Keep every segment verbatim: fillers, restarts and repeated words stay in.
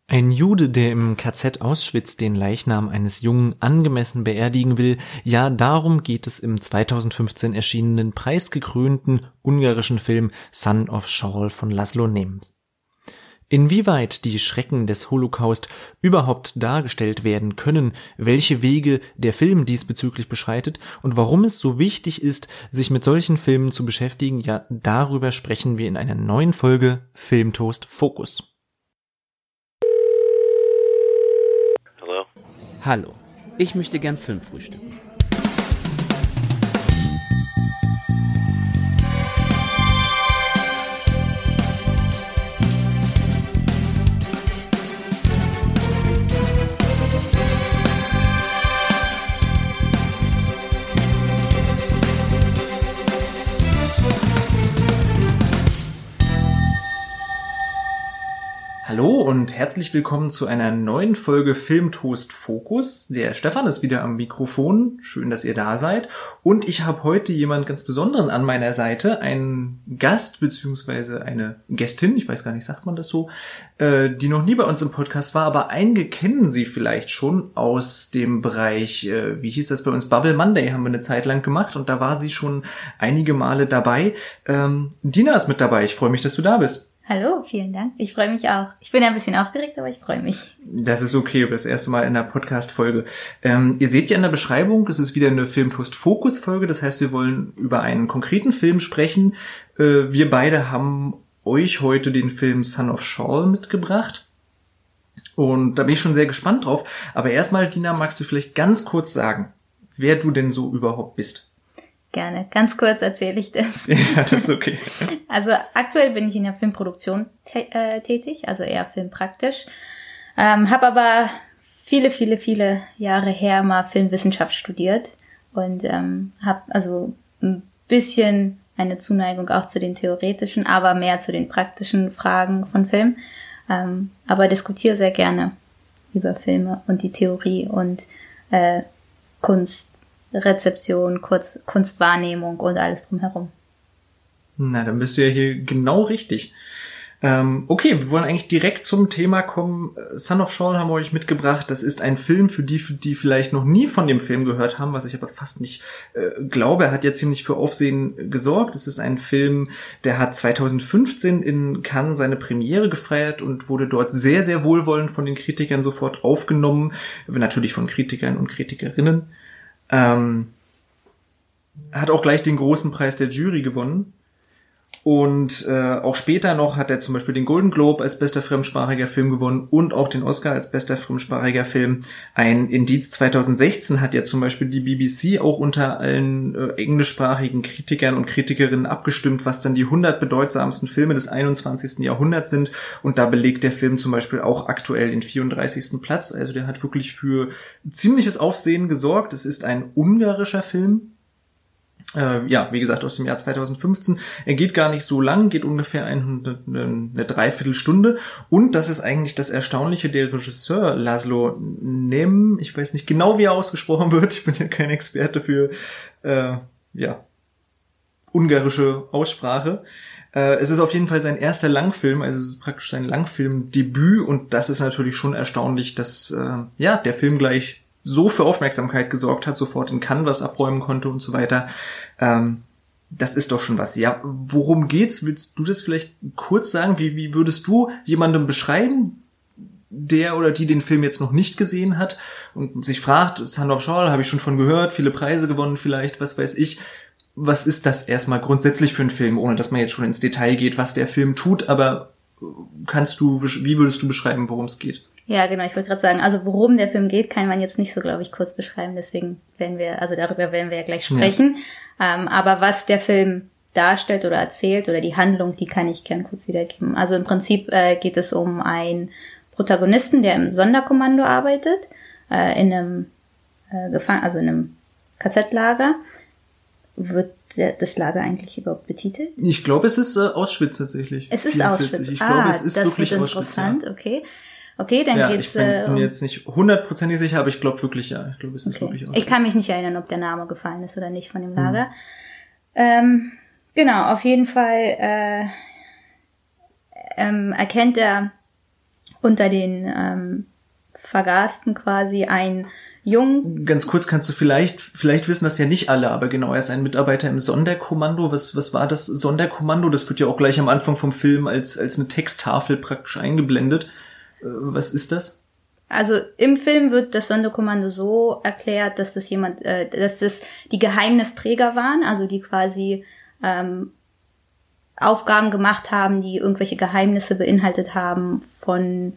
Ein Jude, der im K Z Auschwitz den Leichnam eines Jungen angemessen beerdigen will, ja, darum geht es im zweitausendfünfzehn erschienenen preisgekrönten ungarischen Film Son of Saul von Laszlo Nemes. Inwieweit die Schrecken des Holocaust überhaupt dargestellt werden können, welche Wege der Film diesbezüglich beschreitet und warum es so wichtig ist, sich mit solchen Filmen zu beschäftigen, ja, darüber sprechen wir in einer neuen Folge Filmtoast Fokus. Hallo? Hallo, ich möchte gern Film frühstücken. Hallo und herzlich willkommen zu einer neuen Folge Filmtoast Fokus. Der Stefan ist wieder am Mikrofon. Schön, dass ihr da seid. Und ich habe heute jemand ganz Besonderen an meiner Seite, einen Gast beziehungsweise eine Gästin, ich weiß gar nicht, sagt man das so, äh, die noch nie bei uns im Podcast war, aber einige kennen sie vielleicht schon aus dem Bereich, äh, wie hieß das bei uns, Bubble Monday haben wir eine Zeit lang gemacht und da war sie schon einige Male dabei. Ähm, Dina ist mit dabei. Ich freue mich, dass du da bist. Hallo, vielen Dank. Ich freue mich auch. Ich bin ja ein bisschen aufgeregt, aber ich freue mich. Das ist okay, das erste Mal in der Podcast-Folge. Ähm, ihr seht ja in der Beschreibung, es ist wieder eine Filmtoast-Fokus-Folge. Das heißt, wir wollen über einen konkreten Film sprechen. Äh, wir beide haben euch heute den Film Son of Saul mitgebracht. Und da bin ich schon sehr gespannt drauf. Aber erstmal, Dina, magst du vielleicht ganz kurz sagen, wer du denn so überhaupt bist? Gerne. Ganz kurz erzähle ich das. Ja, das ist okay. Also aktuell bin ich in der Filmproduktion tä- äh, tätig, also eher filmpraktisch. Ähm, habe aber viele, viele, viele Jahre her mal Filmwissenschaft studiert und ähm, habe also ein bisschen eine Zuneigung auch zu den theoretischen, aber mehr zu den praktischen Fragen von Film. Ähm, aber diskutiere sehr gerne über Filme und die Theorie und äh, Kunst. Rezeption, Kurz, Kunstwahrnehmung und alles drumherum. Na, dann bist du ja hier genau richtig. Ähm, okay, wir wollen eigentlich direkt zum Thema kommen. Son of Saul haben wir euch mitgebracht. Das ist ein Film für die, für die vielleicht noch nie von dem Film gehört haben, was ich aber fast nicht äh, glaube. Er hat ja ziemlich für Aufsehen gesorgt. Es ist ein Film, der hat zweitausendfünfzehn in Cannes seine Premiere gefeiert und wurde dort sehr, sehr wohlwollend von den Kritikern sofort aufgenommen. Natürlich von Kritikern und Kritikerinnen. Ähm, hat auch gleich den großen Preis der Jury gewonnen und äh, auch später noch hat er zum Beispiel den Golden Globe als bester fremdsprachiger Film gewonnen und auch den Oscar als bester fremdsprachiger Film. Ein Indiz zweitausendsechzehn hat ja zum Beispiel die B B C auch unter allen äh, englischsprachigen Kritikern und Kritikerinnen abgestimmt, was dann die hundert bedeutsamsten Filme des einundzwanzigsten Jahrhunderts sind und da belegt der Film zum Beispiel auch aktuell den vierunddreißigsten Platz, also der hat wirklich für ziemliches Aufsehen gesorgt. Es ist ein ungarischer Film. Äh, ja, wie gesagt, aus dem Jahr zweitausendfünfzehn. Er geht gar nicht so lang, geht ungefähr ein, eine, eine Dreiviertelstunde. Und das ist eigentlich das Erstaunliche, der Regisseur Laszlo Nemes, ich weiß nicht genau, wie er ausgesprochen wird, ich bin ja kein Experte für äh, ja ungarische Aussprache. Äh, es ist auf jeden Fall sein erster Langfilm, also es ist praktisch sein Langfilmdebüt und das ist natürlich schon erstaunlich, dass äh, ja der Film gleich so für Aufmerksamkeit gesorgt hat, sofort in Cannes was abräumen konnte und so weiter. Ähm, das ist doch schon was. Ja, worum geht's? Willst du das vielleicht kurz sagen? Wie, wie würdest du jemandem beschreiben, der oder die den Film jetzt noch nicht gesehen hat und sich fragt, Son of Saul, habe ich schon von gehört, viele Preise gewonnen vielleicht, was weiß ich. Was ist das erstmal grundsätzlich für ein Film, ohne dass man jetzt schon ins Detail geht, was der Film tut, aber kannst du, wie würdest du beschreiben, worum es geht? Ja, genau, ich wollte gerade sagen, also worum der Film geht, kann man jetzt nicht so, glaube ich, kurz beschreiben, deswegen werden wir, also darüber werden wir ja gleich sprechen. Ja. Ähm, aber was der Film darstellt oder erzählt oder die Handlung, die kann ich gern kurz wiedergeben. Also im Prinzip äh, geht es um einen Protagonisten, der im Sonderkommando arbeitet, äh, in einem äh, Gefang- also in einem K Z-Lager. Wird das Lager eigentlich überhaupt betitelt? Ich glaube, es ist äh, Auschwitz tatsächlich. Es ist vierundvierzig. Auschwitz. Ich ah, glaube, es ist das wirklich wird Auschwitz. Interessant, ja. okay. Okay, dann ja, geht's. Ich bin, äh, um, bin jetzt nicht hundertprozentig sicher, aber ich glaube wirklich ja. Ich glaube, es ist okay. wirklich Auschwitz. Ich kann mich nicht erinnern, ob der Name gefallen ist oder nicht von dem Lager. Hm. Ähm, genau, auf jeden Fall äh, ähm, erkennt er unter den ähm, Vergasten quasi ein Jungen. Ganz kurz, kannst du vielleicht, vielleicht wissen das ja nicht alle, aber genau, er ist ein Mitarbeiter im Sonderkommando. Was, was war das Sonderkommando? Das wird ja auch gleich am Anfang vom Film als, als eine Texttafel praktisch eingeblendet. Äh, was ist das? Also im Film wird das Sonderkommando so erklärt, dass das jemand, äh, dass das die Geheimnisträger waren, also die quasi ähm, Aufgaben gemacht haben, die irgendwelche Geheimnisse beinhaltet haben von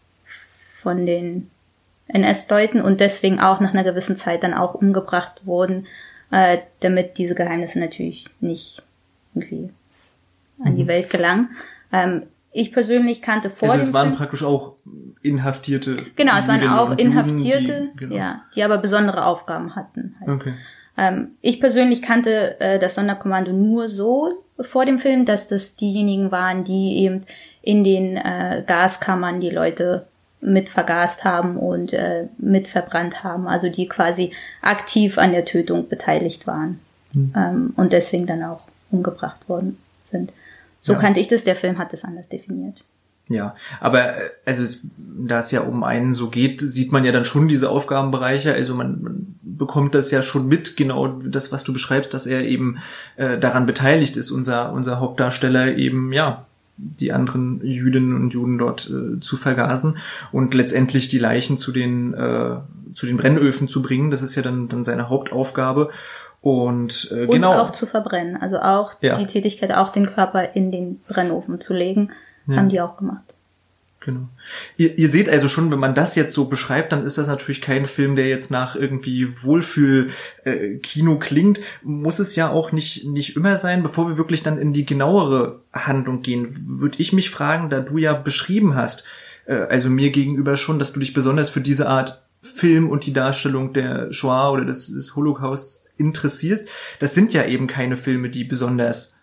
von den N S-Leuten und deswegen auch nach einer gewissen Zeit dann auch umgebracht wurden, äh, damit diese Geheimnisse natürlich nicht irgendwie an mhm. die Welt gelangen. Ähm, ich persönlich kannte vor also dem es waren Film, praktisch auch Inhaftierte. Genau, es waren Juden auch und Inhaftierte, Juden, die, genau. ja, die aber besondere Aufgaben hatten. Halt. Okay. Ähm, ich persönlich kannte äh, das Sonderkommando nur so vor dem Film, dass das diejenigen waren, die eben in den äh, Gaskammern die Leute mit vergast haben und äh, mit verbrannt haben, also die quasi aktiv an der Tötung beteiligt waren mhm. ähm, und deswegen dann auch umgebracht worden sind. So ja. kannte ich das, der Film hat das anders definiert. Ja, aber also es, da es ja um einen so geht, sieht man ja dann schon diese Aufgabenbereiche, also man, man bekommt das ja schon mit, genau das, was du beschreibst, dass er eben äh, daran beteiligt ist, unser unser Hauptdarsteller eben, ja, die anderen Jüdinnen und Juden dort äh, zu vergasen und letztendlich die Leichen zu den äh, zu den Brennöfen zu bringen. Das ist ja dann dann seine Hauptaufgabe und äh, und genau auch zu verbrennen, also auch ja. die Tätigkeit, auch den Körper in den Brennofen zu legen, ja. haben die auch gemacht. Genau. Ihr, ihr seht also schon, wenn man das jetzt so beschreibt, dann ist das natürlich kein Film, der jetzt nach irgendwie Wohlfühl-Kino äh, klingt. Muss es ja auch nicht nicht immer sein. Bevor wir wirklich dann in die genauere Handlung gehen, würde ich mich fragen, da du ja beschrieben hast, äh, also mir gegenüber schon, dass du dich besonders für diese Art Film und die Darstellung der Shoah oder des, des Holocausts interessierst. Das sind ja eben keine Filme, die besonders,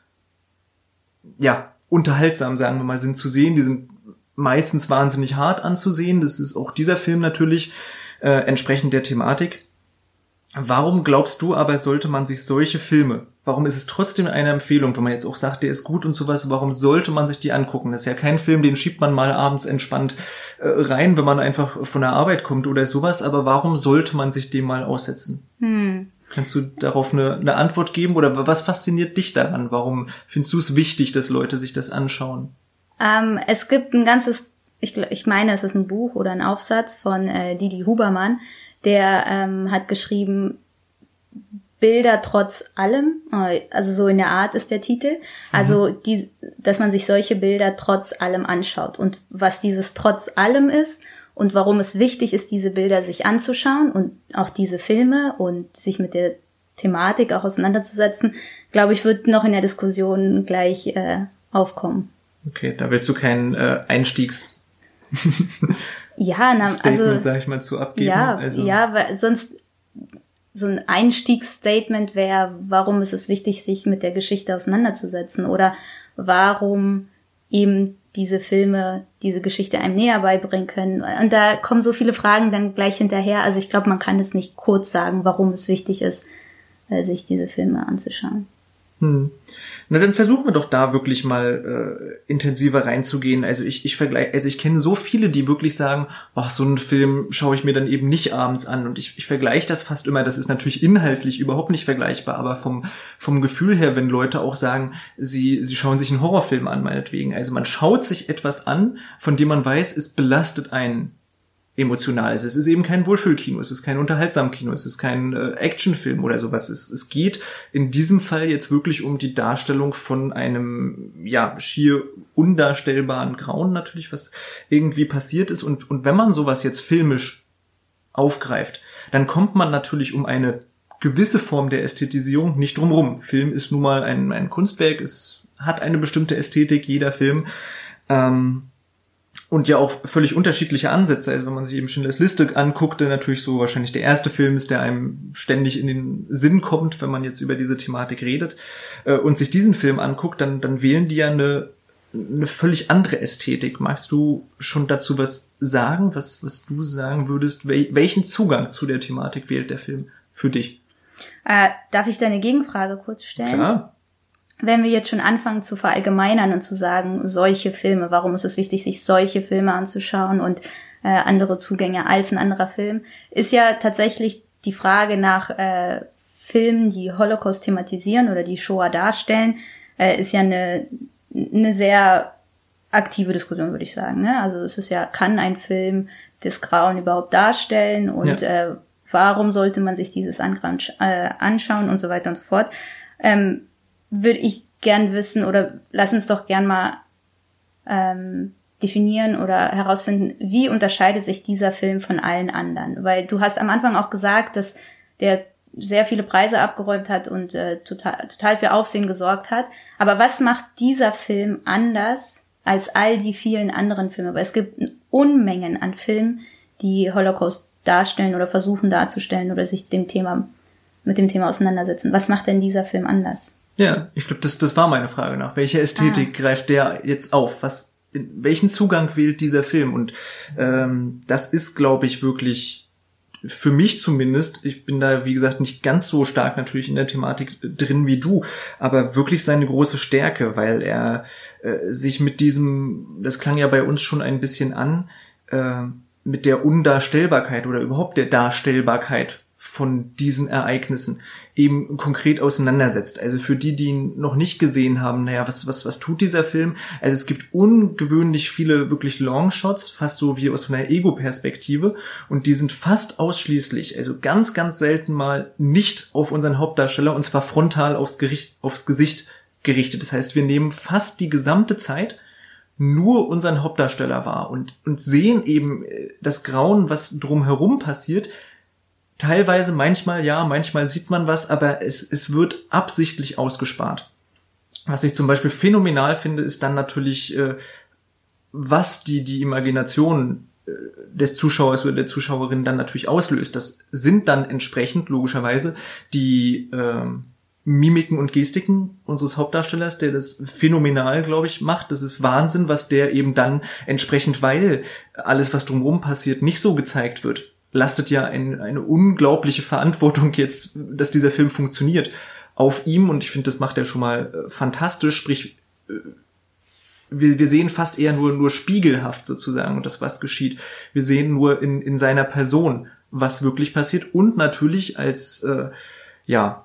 ja, unterhaltsam, sagen wir mal, sind zu sehen. Die sind meistens wahnsinnig hart anzusehen. Das ist auch dieser Film natürlich äh, entsprechend der Thematik. Warum glaubst du aber, sollte man sich solche Filme, warum ist es trotzdem eine Empfehlung, wenn man jetzt auch sagt, der ist gut und sowas, warum sollte man sich die angucken? Das ist ja kein Film, den schiebt man mal abends entspannt äh, rein, wenn man einfach von der Arbeit kommt oder sowas, aber warum sollte man sich dem mal aussetzen? Hm. Kannst du darauf eine, eine Antwort geben oder was fasziniert dich daran? Warum findest du es wichtig, dass Leute sich das anschauen? Ähm, es gibt ein ganzes, ich, ich meine, es ist ein Buch oder ein Aufsatz von äh, Didi Hubermann, der ähm, hat geschrieben, Bilder trotz allem, also so in der Art ist der Titel, also mhm. die, dass man sich solche Bilder trotz allem anschaut und was dieses trotz allem ist und warum es wichtig ist, diese Bilder sich anzuschauen und auch diese Filme und sich mit der Thematik auch auseinanderzusetzen, glaube ich, wird noch in der Diskussion gleich äh, aufkommen. Okay, da willst du keinen äh, Einstiegs ja, na, Statement, also sag ich mal, zu abgeben. Ja, also. ja, weil sonst so ein Einstiegsstatement wäre, warum ist es wichtig, sich mit der Geschichte auseinanderzusetzen oder warum eben diese Filme diese Geschichte einem näher beibringen können. Und da kommen so viele Fragen dann gleich hinterher. Also ich glaube, man kann es nicht kurz sagen, warum es wichtig ist, sich diese Filme anzuschauen. Hm. Na, dann versuchen wir doch da wirklich mal äh, intensiver reinzugehen. Also ich ich vergleiche, also ich kenne so viele, die wirklich sagen, ach, so einen Film schaue ich mir dann eben nicht abends an. Und ich ich vergleiche das fast immer. Das ist natürlich inhaltlich überhaupt nicht vergleichbar, aber vom vom Gefühl her, wenn Leute auch sagen, sie sie schauen sich einen Horrorfilm an, meinetwegen. Also man schaut sich etwas an, von dem man weiß, es belastet einen emotional. Also es ist eben kein Wohlfühlkino, es ist kein Unterhaltsamkino, es ist kein äh, Actionfilm oder sowas. Es, es geht in diesem Fall jetzt wirklich um die Darstellung von einem, ja, schier undarstellbaren Grauen natürlich, was irgendwie passiert ist. Und, und wenn man sowas jetzt filmisch aufgreift, dann kommt man natürlich um eine gewisse Form der Ästhetisierung nicht drumrum. Film ist nun mal ein, ein Kunstwerk, es hat eine bestimmte Ästhetik, jeder Film. Ähm, Und ja auch völlig unterschiedliche Ansätze. Also wenn man sich eben Schindlers Liste anguckt, der natürlich so wahrscheinlich der erste Film ist, der einem ständig in den Sinn kommt, wenn man jetzt über diese Thematik redet, und sich diesen Film anguckt, dann, dann wählen die ja eine, eine völlig andere Ästhetik. Magst du schon dazu was sagen, was, was du sagen würdest? Wel- welchen Zugang zu der Thematik wählt der Film für dich? Äh, darf ich deine Gegenfrage kurz stellen? Klar. wenn wir jetzt schon anfangen zu verallgemeinern und zu sagen, solche Filme, warum ist es wichtig, sich solche Filme anzuschauen und äh, andere Zugänge als ein anderer Film, ist ja tatsächlich die Frage nach äh, Filmen, die Holocaust thematisieren oder die Shoah darstellen, äh, ist ja eine, eine sehr aktive Diskussion, würde ich sagen. Ne? Also es ist ja, kann ein Film das Grauen überhaupt darstellen und ja. äh, warum sollte man sich dieses Angrauen äh, anschauen und so weiter und so fort. Ähm, würde ich gern wissen oder lass uns doch gern mal ähm, definieren oder herausfinden, wie unterscheidet sich dieser Film von allen anderen? Weil du hast am Anfang auch gesagt, dass der sehr viele Preise abgeräumt hat und äh, total, total für Aufsehen gesorgt hat. Aber was macht dieser Film anders als all die vielen anderen Filme? Weil es gibt Unmengen an Filmen, die Holocaust darstellen oder versuchen darzustellen oder sich dem Thema, mit dem Thema auseinandersetzen. Was macht denn dieser Film anders? Ja, ich glaube, das, das war meine Frage nach. Welche Ästhetik ah. greift der jetzt auf? Was, in, welchen Zugang wählt dieser Film? Und ähm, das ist, glaube ich, wirklich für mich zumindest, ich bin da, wie gesagt, nicht ganz so stark natürlich in der Thematik drin wie du, aber wirklich seine große Stärke, weil er äh, sich mit diesem, das klang ja bei uns schon ein bisschen an, äh, mit der Undarstellbarkeit oder überhaupt der Darstellbarkeit von diesen Ereignissen eben konkret auseinandersetzt. Also für die, die ihn noch nicht gesehen haben, naja, was, was, was tut dieser Film? Also es gibt ungewöhnlich viele wirklich Longshots, fast so wie aus einer Ego-Perspektive, und die sind fast ausschließlich, also ganz, ganz selten mal nicht auf unseren Hauptdarsteller, und zwar frontal aufs, Gericht, aufs Gesicht gerichtet. Das heißt, wir nehmen fast die gesamte Zeit nur unseren Hauptdarsteller wahr und, und sehen eben das Grauen, was drumherum passiert. Teilweise, manchmal ja, manchmal sieht man was, aber es, es wird absichtlich ausgespart. Was ich zum Beispiel phänomenal finde, ist dann natürlich, äh, was die, die Imagination äh, des Zuschauers oder der Zuschauerin dann natürlich auslöst. Das sind dann entsprechend, logischerweise, die äh, Mimiken und Gestiken unseres Hauptdarstellers, der das phänomenal, glaube ich, macht. Das ist Wahnsinn, was der eben dann entsprechend, weil alles, was drumherum passiert, nicht so gezeigt wird, lastet ja ein, eine unglaubliche Verantwortung jetzt, dass dieser Film funktioniert, auf ihm. Und ich finde, das macht er schon mal äh, fantastisch. Sprich, äh, wir, wir sehen fast eher nur, nur spiegelhaft sozusagen das, was geschieht. Wir sehen nur in, in seiner Person, was wirklich passiert. Und natürlich als, äh, ja,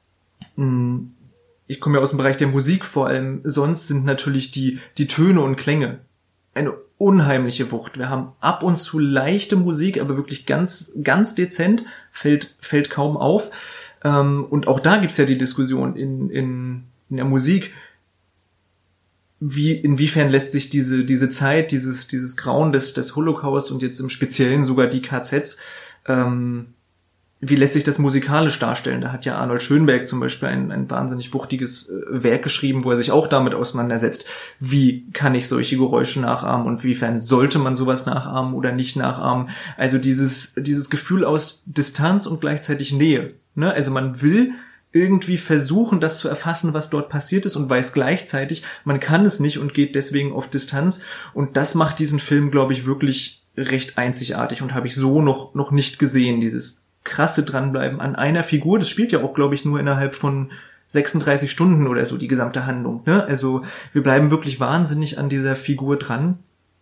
mh, ich komme ja aus dem Bereich der Musik vor allem, sonst sind natürlich die, die Töne und Klänge eine unheimliche Wucht. Wir haben ab und zu leichte Musik, aber wirklich ganz, ganz dezent, fällt, fällt kaum auf. Und auch da gibt's ja die Diskussion in, in, in der Musik, wie, inwiefern lässt sich diese, diese Zeit, dieses, dieses Grauen des, des Holocaust und jetzt im Speziellen sogar die K Zs, ähm, wie lässt sich das musikalisch darstellen? Da hat ja Arnold Schönberg zum Beispiel ein, ein wahnsinnig wuchtiges äh, Werk geschrieben, wo er sich auch damit auseinandersetzt. Wie kann ich solche Geräusche nachahmen und inwiefern sollte man sowas nachahmen oder nicht nachahmen? Also dieses, dieses Gefühl aus Distanz und gleichzeitig Nähe. Ne? Also man will irgendwie versuchen, das zu erfassen, was dort passiert ist, und weiß gleichzeitig, man kann es nicht und geht deswegen auf Distanz. Und das macht diesen Film, glaube ich, wirklich recht einzigartig und habe ich so noch, noch nicht gesehen, dieses krasse Dranbleiben an einer Figur. Das spielt ja auch, glaube ich, nur innerhalb von sechsunddreißig Stunden oder so, die gesamte Handlung. Ne? Also wir bleiben wirklich wahnsinnig an dieser Figur dran.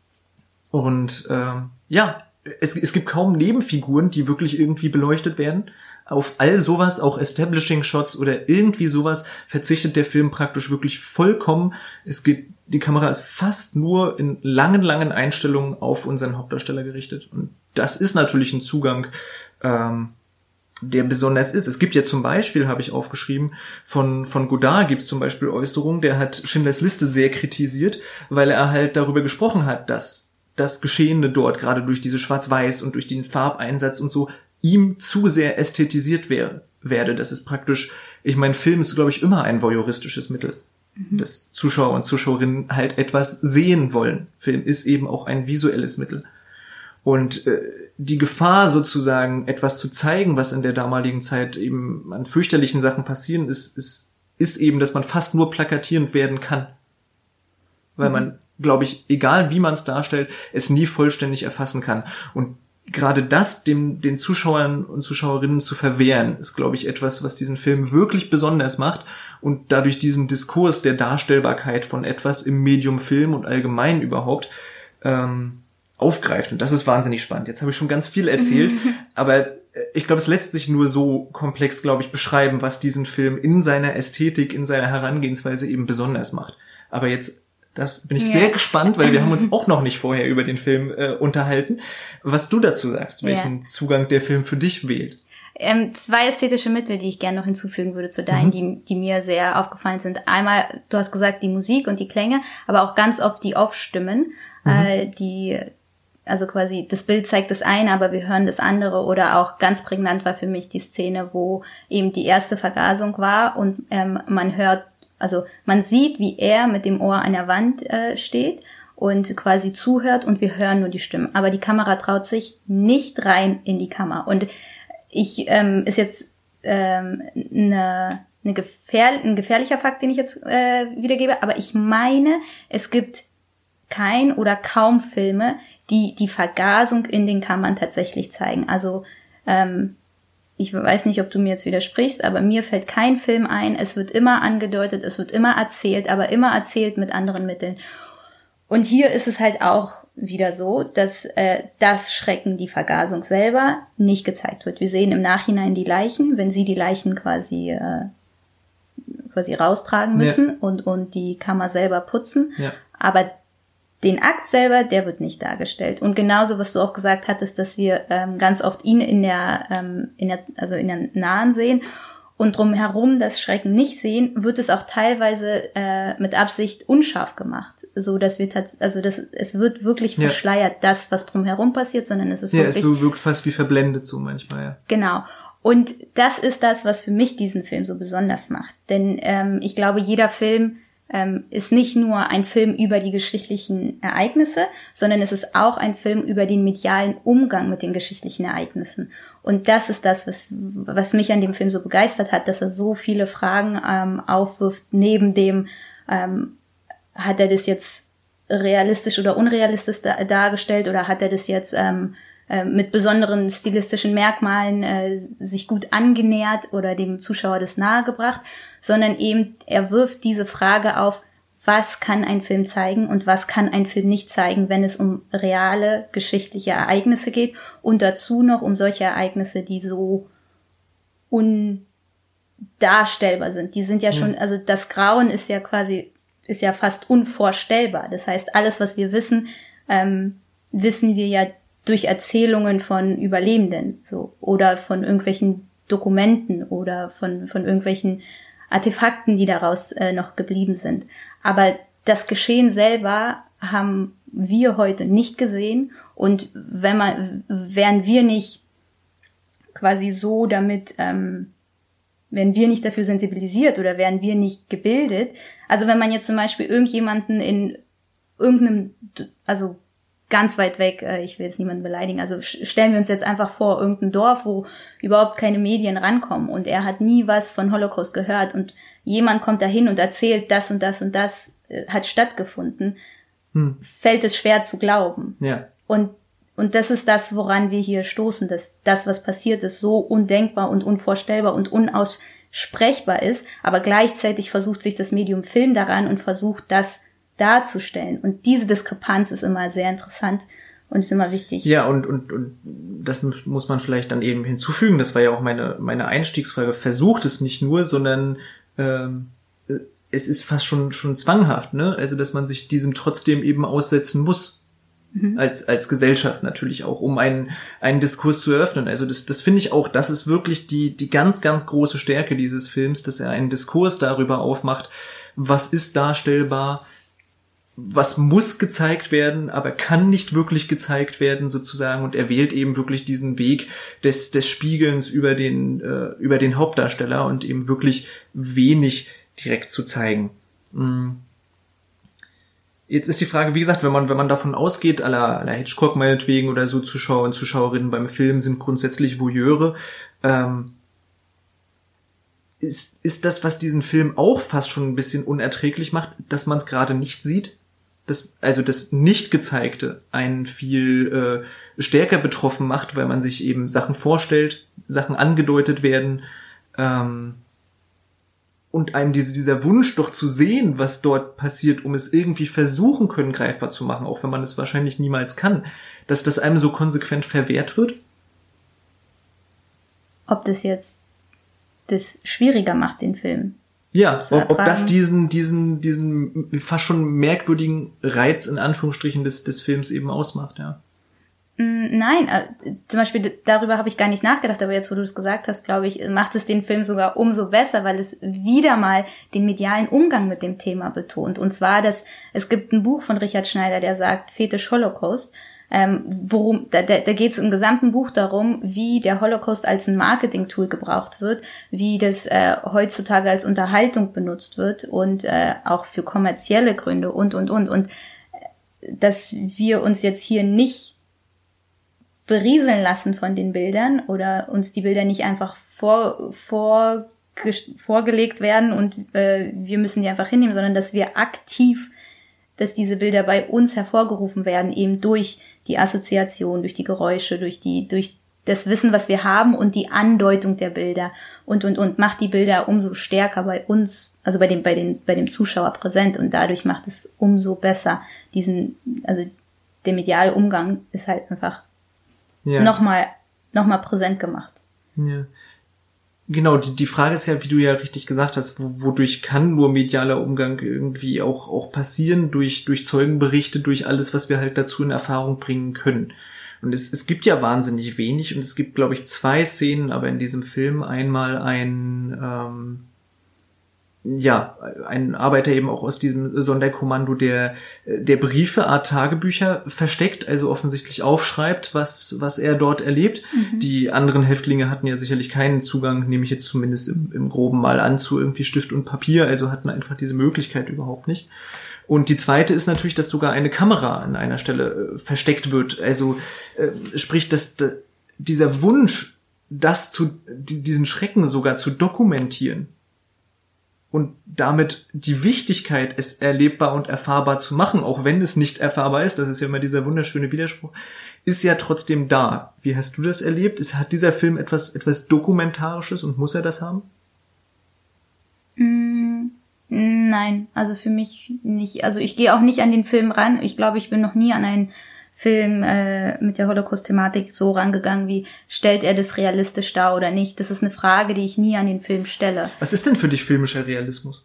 Und äh, ja, es, es gibt kaum Nebenfiguren, die wirklich irgendwie beleuchtet werden. Auf all sowas, auch Establishing-Shots oder irgendwie sowas, verzichtet der Film praktisch wirklich vollkommen. Es geht, die Kamera ist fast nur in langen, langen Einstellungen auf unseren Hauptdarsteller gerichtet. Und das ist natürlich ein Zugang, ähm, der besonders ist. Es gibt ja zum Beispiel, habe ich aufgeschrieben, von von Godard gibt es zum Beispiel Äußerungen, der hat Schindlers Liste sehr kritisiert, weil er halt darüber gesprochen hat, dass das Geschehene dort, gerade durch diese Schwarz-Weiß und durch den Farbeinsatz und so, ihm zu sehr ästhetisiert wäre, werde. Das ist praktisch, ich meine, Film ist, glaube ich, immer ein voyeuristisches Mittel, mhm. dass Zuschauer und Zuschauerinnen halt etwas sehen wollen. Film ist eben auch ein visuelles Mittel. Und äh, die Gefahr sozusagen, etwas zu zeigen, was in der damaligen Zeit eben an fürchterlichen Sachen passieren, ist, ist, ist eben, dass man fast nur plakatierend werden kann. Weil mhm. man, glaube ich, egal wie man es darstellt, es nie vollständig erfassen kann. Und gerade das dem den Zuschauern und Zuschauerinnen zu verwehren, ist, glaube ich, etwas, was diesen Film wirklich besonders macht und dadurch diesen Diskurs der Darstellbarkeit von etwas im Medium Film und allgemein überhaupt ähm, aufgreift. Und das ist wahnsinnig spannend. Jetzt habe ich schon ganz viel erzählt, aber ich glaube, es lässt sich nur so komplex, glaube ich, beschreiben, was diesen Film in seiner Ästhetik, in seiner Herangehensweise eben besonders macht. Aber jetzt Das bin ich ja. sehr gespannt, weil wir haben uns auch noch nicht vorher über den Film äh, unterhalten. Was du dazu sagst, welchen ja. Zugang der Film für dich wählt. Ähm, zwei ästhetische Mittel, die ich gerne noch hinzufügen würde zu deinen, mhm. die, die mir sehr aufgefallen sind. Einmal, du hast gesagt, die Musik und die Klänge, aber auch ganz oft die Off-Stimmen, mhm. äh, die, also quasi, das Bild zeigt das eine, aber wir hören das andere. Oder auch ganz prägnant war für mich die Szene, wo eben die erste Vergasung war und ähm, man hört, also man sieht, wie er mit dem Ohr an der Wand äh, steht und quasi zuhört und wir hören nur die Stimmen. Aber die Kamera traut sich nicht rein in die Kammer. Und ich ähm, ist jetzt ähm, eine, eine gefähr- ein gefährlicher Fakt, den ich jetzt äh, wiedergebe. Aber ich meine, es gibt kein oder kaum Filme, die die Vergasung in den Kammern tatsächlich zeigen. Also ähm, ich weiß nicht, ob du mir jetzt widersprichst, aber mir fällt kein Film ein. Es wird immer angedeutet, es wird immer erzählt, aber immer erzählt mit anderen Mitteln. Und hier ist es halt auch wieder so, dass äh, das Schrecken, die Vergasung selber, nicht gezeigt wird. Wir sehen im Nachhinein die Leichen, wenn sie die Leichen quasi äh, quasi raustragen müssen ja. und und die Kammer selber putzen. Ja. Aber den Akt selber, der wird nicht dargestellt. Und genauso, was du auch gesagt hattest, dass wir ähm, ganz oft ihn in der, ähm, in der, also in der Nahen sehen und drumherum das Schrecken nicht sehen, wird es auch teilweise äh, mit Absicht unscharf gemacht, so dass wir tats- also das es wird wirklich ja. verschleiert, das, was drumherum passiert, sondern es ist ja, wirklich es wirkt fast wie verblendet so manchmal. Ja. Genau. Und das ist das, was für mich diesen Film so besonders macht, denn ähm, ich glaube, jeder Film Ähm, ist nicht nur ein Film über die geschichtlichen Ereignisse, sondern es ist auch ein Film über den medialen Umgang mit den geschichtlichen Ereignissen. Und das ist das, was, was mich an dem Film so begeistert hat, dass er so viele Fragen ähm, aufwirft, neben dem, ähm, hat er das jetzt realistisch oder unrealistisch da, dargestellt oder hat er das jetzt ähm, äh, mit besonderen stilistischen Merkmalen äh, sich gut angenähert oder dem Zuschauer das nahegebracht, sondern eben er wirft diese Frage auf, was kann ein Film zeigen und was kann ein Film nicht zeigen, wenn es um reale geschichtliche Ereignisse geht und dazu noch um solche Ereignisse, die so undarstellbar sind. Die sind ja schon, also das Grauen ist ja quasi, ist ja fast unvorstellbar. Das heißt, alles, was wir wissen, ähm, wissen wir ja durch Erzählungen von Überlebenden, so, oder von irgendwelchen Dokumenten oder von, von irgendwelchen Artefakten, die daraus äh, noch geblieben sind. Aber das Geschehen selber haben wir heute nicht gesehen und wenn man, wären wir nicht quasi so damit, ähm, wären wir nicht dafür sensibilisiert oder wären wir nicht gebildet. Also wenn man jetzt zum Beispiel irgendjemanden in irgendeinem, also ganz weit weg, äh, ich will jetzt niemanden beleidigen, also stellen wir uns jetzt einfach vor, irgendein Dorf, wo überhaupt keine Medien rankommen und er hat nie was von Holocaust gehört und jemand kommt dahin und erzählt, das und das und das äh, hat stattgefunden, hm. fällt es schwer zu glauben. Ja. Und und das ist das, woran wir hier stoßen, dass das, was passiert ist, so undenkbar und unvorstellbar und unaussprechbar ist, aber gleichzeitig versucht sich das Medium Film daran und versucht, das darzustellen. Und diese Diskrepanz ist immer sehr interessant und ist immer wichtig. Ja, und, und, und das muss man vielleicht dann eben hinzufügen. Das war ja auch meine, meine Einstiegsfrage. Versucht es nicht nur, sondern ähm, es ist fast schon, schon zwanghaft, ne? Also, dass man sich diesem trotzdem eben aussetzen muss. Mhm. Als, als Gesellschaft natürlich auch, um einen, einen Diskurs zu eröffnen. Also, das, das finde ich auch, das ist wirklich die, die ganz, ganz große Stärke dieses Films, dass er einen Diskurs darüber aufmacht, was ist darstellbar, was muss gezeigt werden, aber kann nicht wirklich gezeigt werden sozusagen, und er wählt eben wirklich diesen Weg des des Spiegelns über den äh, über den Hauptdarsteller und eben wirklich wenig direkt zu zeigen. Jetzt ist die Frage, wie gesagt, wenn man wenn man davon ausgeht, à la, à la Hitchcock meinetwegen oder so, Zuschauer und Zuschauerinnen beim Film sind grundsätzlich Voyeure, ähm, ist ist das, was diesen Film auch fast schon ein bisschen unerträglich macht, dass man es gerade nicht sieht? das, also das Nicht-Gezeigte einen viel äh, stärker betroffen macht, weil man sich eben Sachen vorstellt, Sachen angedeutet werden, ähm, und einem diese, dieser Wunsch doch zu sehen, was dort passiert, um es irgendwie versuchen können, greifbar zu machen, auch wenn man es wahrscheinlich niemals kann, dass das einem so konsequent verwehrt wird? Ob das jetzt das schwieriger macht, den Film. Ja, ob, ob das diesen, diesen, diesen fast schon merkwürdigen Reiz in Anführungsstrichen des, des Films eben ausmacht, ja. Nein, äh, zum Beispiel darüber habe ich gar nicht nachgedacht, aber jetzt, wo du es gesagt hast, glaube ich, macht es den Film sogar umso besser, weil es wieder mal den medialen Umgang mit dem Thema betont. Und zwar, dass es gibt ein Buch von Richard Schneider, der sagt Fetisch Holocaust. Ähm, worum, da, da, da geht es im gesamten Buch darum, wie der Holocaust als ein Marketing-Tool gebraucht wird, wie das äh, heutzutage als Unterhaltung benutzt wird und äh, auch für kommerzielle Gründe und, und, und. Und äh, dass wir uns jetzt hier nicht berieseln lassen von den Bildern oder uns die Bilder nicht einfach vor, vor, vorgelegt werden und äh, wir müssen die einfach hinnehmen, sondern dass wir aktiv, dass diese Bilder bei uns hervorgerufen werden, eben durch die Assoziation, durch die Geräusche, durch die, durch das Wissen, was wir haben und die Andeutung der Bilder und, und, und macht die Bilder umso stärker bei uns, also bei dem, bei den, bei dem Zuschauer präsent und dadurch macht es umso besser diesen, also der mediale Umgang ist halt einfach ja. nochmal, nochmal präsent gemacht. Ja. Genau, die, die Frage ist ja, wie du ja richtig gesagt hast, wo, wodurch kann nur medialer Umgang irgendwie auch, auch passieren? Durch, durch Zeugenberichte, durch alles, was wir halt dazu in Erfahrung bringen können. Und es, es gibt ja wahnsinnig wenig und es gibt, glaube ich, zwei Szenen, aber in diesem Film einmal ein, ähm, ja, ein Arbeiter eben auch aus diesem Sonderkommando, der, der Briefe, Art Tagebücher versteckt, also offensichtlich aufschreibt, was, was er dort erlebt. Mhm. Die anderen Häftlinge hatten ja sicherlich keinen Zugang, nehme ich jetzt zumindest im, im Groben mal an, zu irgendwie Stift und Papier, also hatten einfach diese Möglichkeit überhaupt nicht. Und die zweite ist natürlich, dass sogar eine Kamera an einer Stelle äh, versteckt wird. Also äh, sprich, dass d- dieser Wunsch, das zu, die, diesen Schrecken sogar zu dokumentieren und damit die Wichtigkeit, es erlebbar und erfahrbar zu machen, auch wenn es nicht erfahrbar ist, das ist ja immer dieser wunderschöne Widerspruch, ist ja trotzdem da. Wie hast du das erlebt? Ist, hat dieser Film etwas, etwas Dokumentarisches und muss er das haben? Mm. Nein, also für mich nicht. Also ich gehe auch nicht an den Film ran. Ich glaube, ich bin noch nie an einen Film äh, mit der Holocaust-Thematik so rangegangen, wie stellt er das realistisch dar oder nicht. Das ist eine Frage, die ich nie an den Film stelle. Was ist denn für dich filmischer Realismus?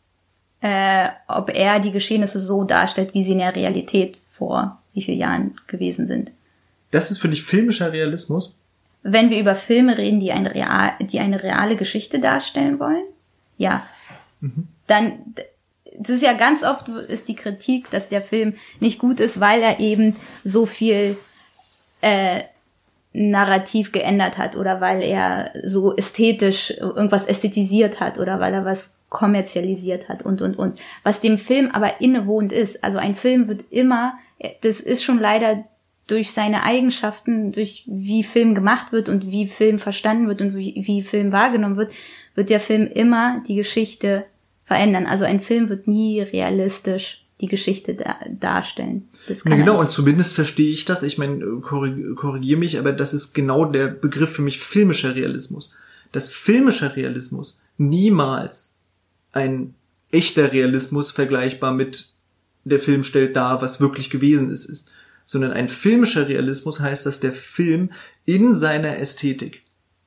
Äh, ob er die Geschehnisse so darstellt, wie sie in der Realität vor wie vielen Jahren gewesen sind. Das ist für dich filmischer Realismus? Wenn wir über Filme reden, die eine, real, die eine reale Geschichte darstellen wollen, ja. Mhm. Dann, das ist ja ganz oft ist die Kritik, dass der Film nicht gut ist, weil er eben so viel äh, narrativ geändert hat oder weil er so ästhetisch irgendwas ästhetisiert hat oder weil er was kommerzialisiert hat und, und, und. Was dem Film aber innewohnt ist, also ein Film wird immer, das ist schon leider durch seine Eigenschaften, durch wie Film gemacht wird und wie Film verstanden wird und wie, wie Film wahrgenommen wird, wird der Film immer die Geschichte verändern. Also ein Film wird nie realistisch die Geschichte da, darstellen. Das kann ja, genau, und zumindest verstehe ich das. Ich meine, korrig- korrigiere mich, aber das ist genau der Begriff für mich filmischer Realismus. Dass filmischer Realismus niemals ein echter Realismus vergleichbar mit der Film stellt dar, was wirklich gewesen ist, ist. Sondern ein filmischer Realismus heißt, dass der Film in seiner Ästhetik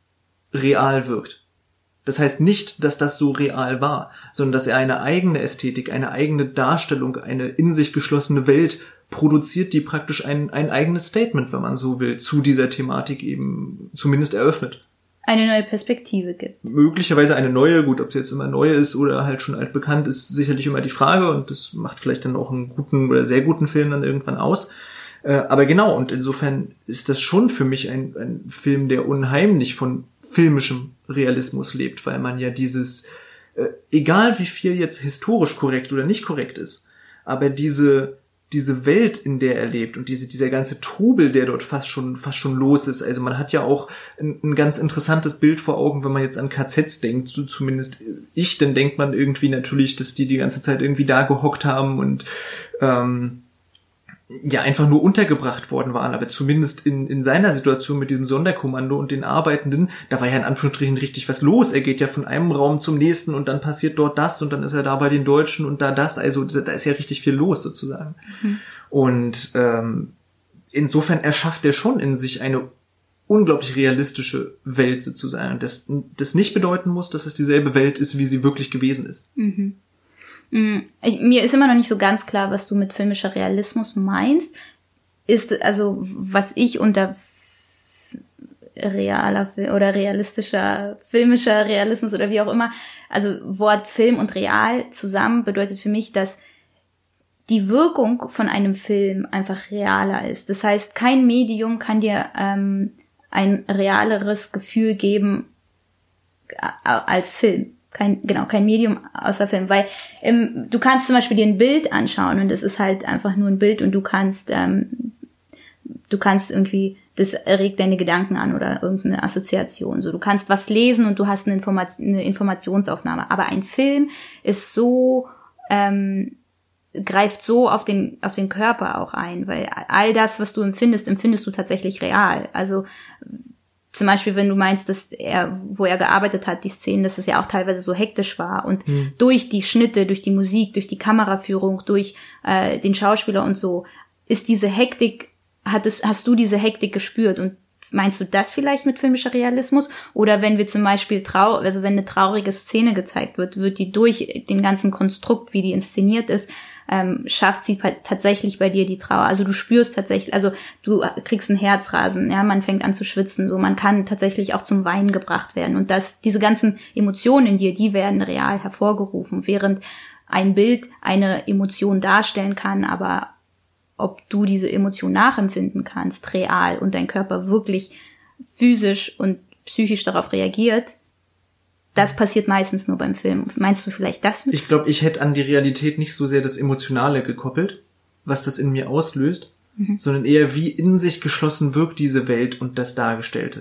real wirkt. Das heißt nicht, dass das so real war, sondern dass er eine eigene Ästhetik, eine eigene Darstellung, eine in sich geschlossene Welt produziert, die praktisch ein, ein eigenes Statement, wenn man so will, zu dieser Thematik eben zumindest eröffnet. Eine neue Perspektive gibt. Möglicherweise eine neue, gut, ob es jetzt immer neu ist oder halt schon altbekannt, ist sicherlich immer die Frage und das macht vielleicht dann auch einen guten oder sehr guten Film dann irgendwann aus. Aber genau, und insofern ist das schon für mich ein, ein Film, der unheimlich von filmischem Realismus lebt, weil man ja dieses, äh, egal wie viel jetzt historisch korrekt oder nicht korrekt ist, aber diese diese Welt, in der er lebt und diese dieser ganze Trubel, der dort fast schon fast schon los ist. Also man hat ja auch ein, ein ganz interessantes Bild vor Augen, wenn man jetzt an K Zs denkt, so zumindest ich, dann denkt man irgendwie natürlich, dass die die ganze Zeit irgendwie da gehockt haben und ähm, ja einfach nur untergebracht worden waren, aber zumindest in in seiner Situation mit diesem Sonderkommando und den Arbeitenden, da war ja in Anführungsstrichen richtig was los. Er geht ja von einem Raum zum nächsten und dann passiert dort das und dann ist er da bei den Deutschen und da das, also da ist ja richtig viel los sozusagen. Mhm. Und ähm, insofern erschafft er schon in sich eine unglaublich realistische Welt sozusagen. Das, das nicht bedeuten muss, dass es dieselbe Welt ist, wie sie wirklich gewesen ist. Mhm. Ich, mir ist immer noch nicht so ganz klar, was du mit filmischer Realismus meinst. Ist, also, was ich unter realer oder realistischer, filmischer Realismus oder wie auch immer, also Wort Film und Real zusammen bedeutet für mich, dass die Wirkung von einem Film einfach realer ist. Das heißt, kein Medium kann dir ähm, ein realeres Gefühl geben als Film. Kein, genau, kein Medium außer Film, weil ähm, du kannst zum Beispiel dir ein Bild anschauen und es ist halt einfach nur ein Bild und du kannst, ähm, du kannst irgendwie, das regt deine Gedanken an oder irgendeine Assoziation. So, du kannst was lesen und du hast eine, Informat- eine Informationsaufnahme. Aber ein Film ist so, ähm, greift so auf den, auf den Körper auch ein, weil all das, was du empfindest, empfindest du tatsächlich real. Also, zum Beispiel, wenn du meinst, dass er, wo er gearbeitet hat, die Szenen, dass es ja auch teilweise so hektisch war und hm. durch die Schnitte, durch die Musik, durch die Kameraführung, durch äh, den Schauspieler und so, ist diese Hektik, hattest, hast du diese Hektik gespürt und meinst du das vielleicht mit filmischer Realismus? Oder wenn wir zum Beispiel trau, also wenn eine traurige Szene gezeigt wird, wird die durch den ganzen Konstrukt, wie die inszeniert ist, ähm, schafft sie tatsächlich bei dir die Trauer. Also du spürst tatsächlich, also du kriegst ein Herzrasen, ja, man fängt an zu schwitzen, so, man kann tatsächlich auch zum Weinen gebracht werden. Und das, diese ganzen Emotionen in dir, die werden real hervorgerufen, während ein Bild eine Emotion darstellen kann, aber ob du diese Emotion nachempfinden kannst, real, und dein Körper wirklich physisch und psychisch darauf reagiert, das passiert meistens nur beim Film. Meinst du vielleicht das mit? Ich glaube, ich hätte an die Realität nicht so sehr das Emotionale gekoppelt, was das in mir auslöst, mhm. sondern eher, wie in sich geschlossen wirkt diese Welt und das Dargestellte.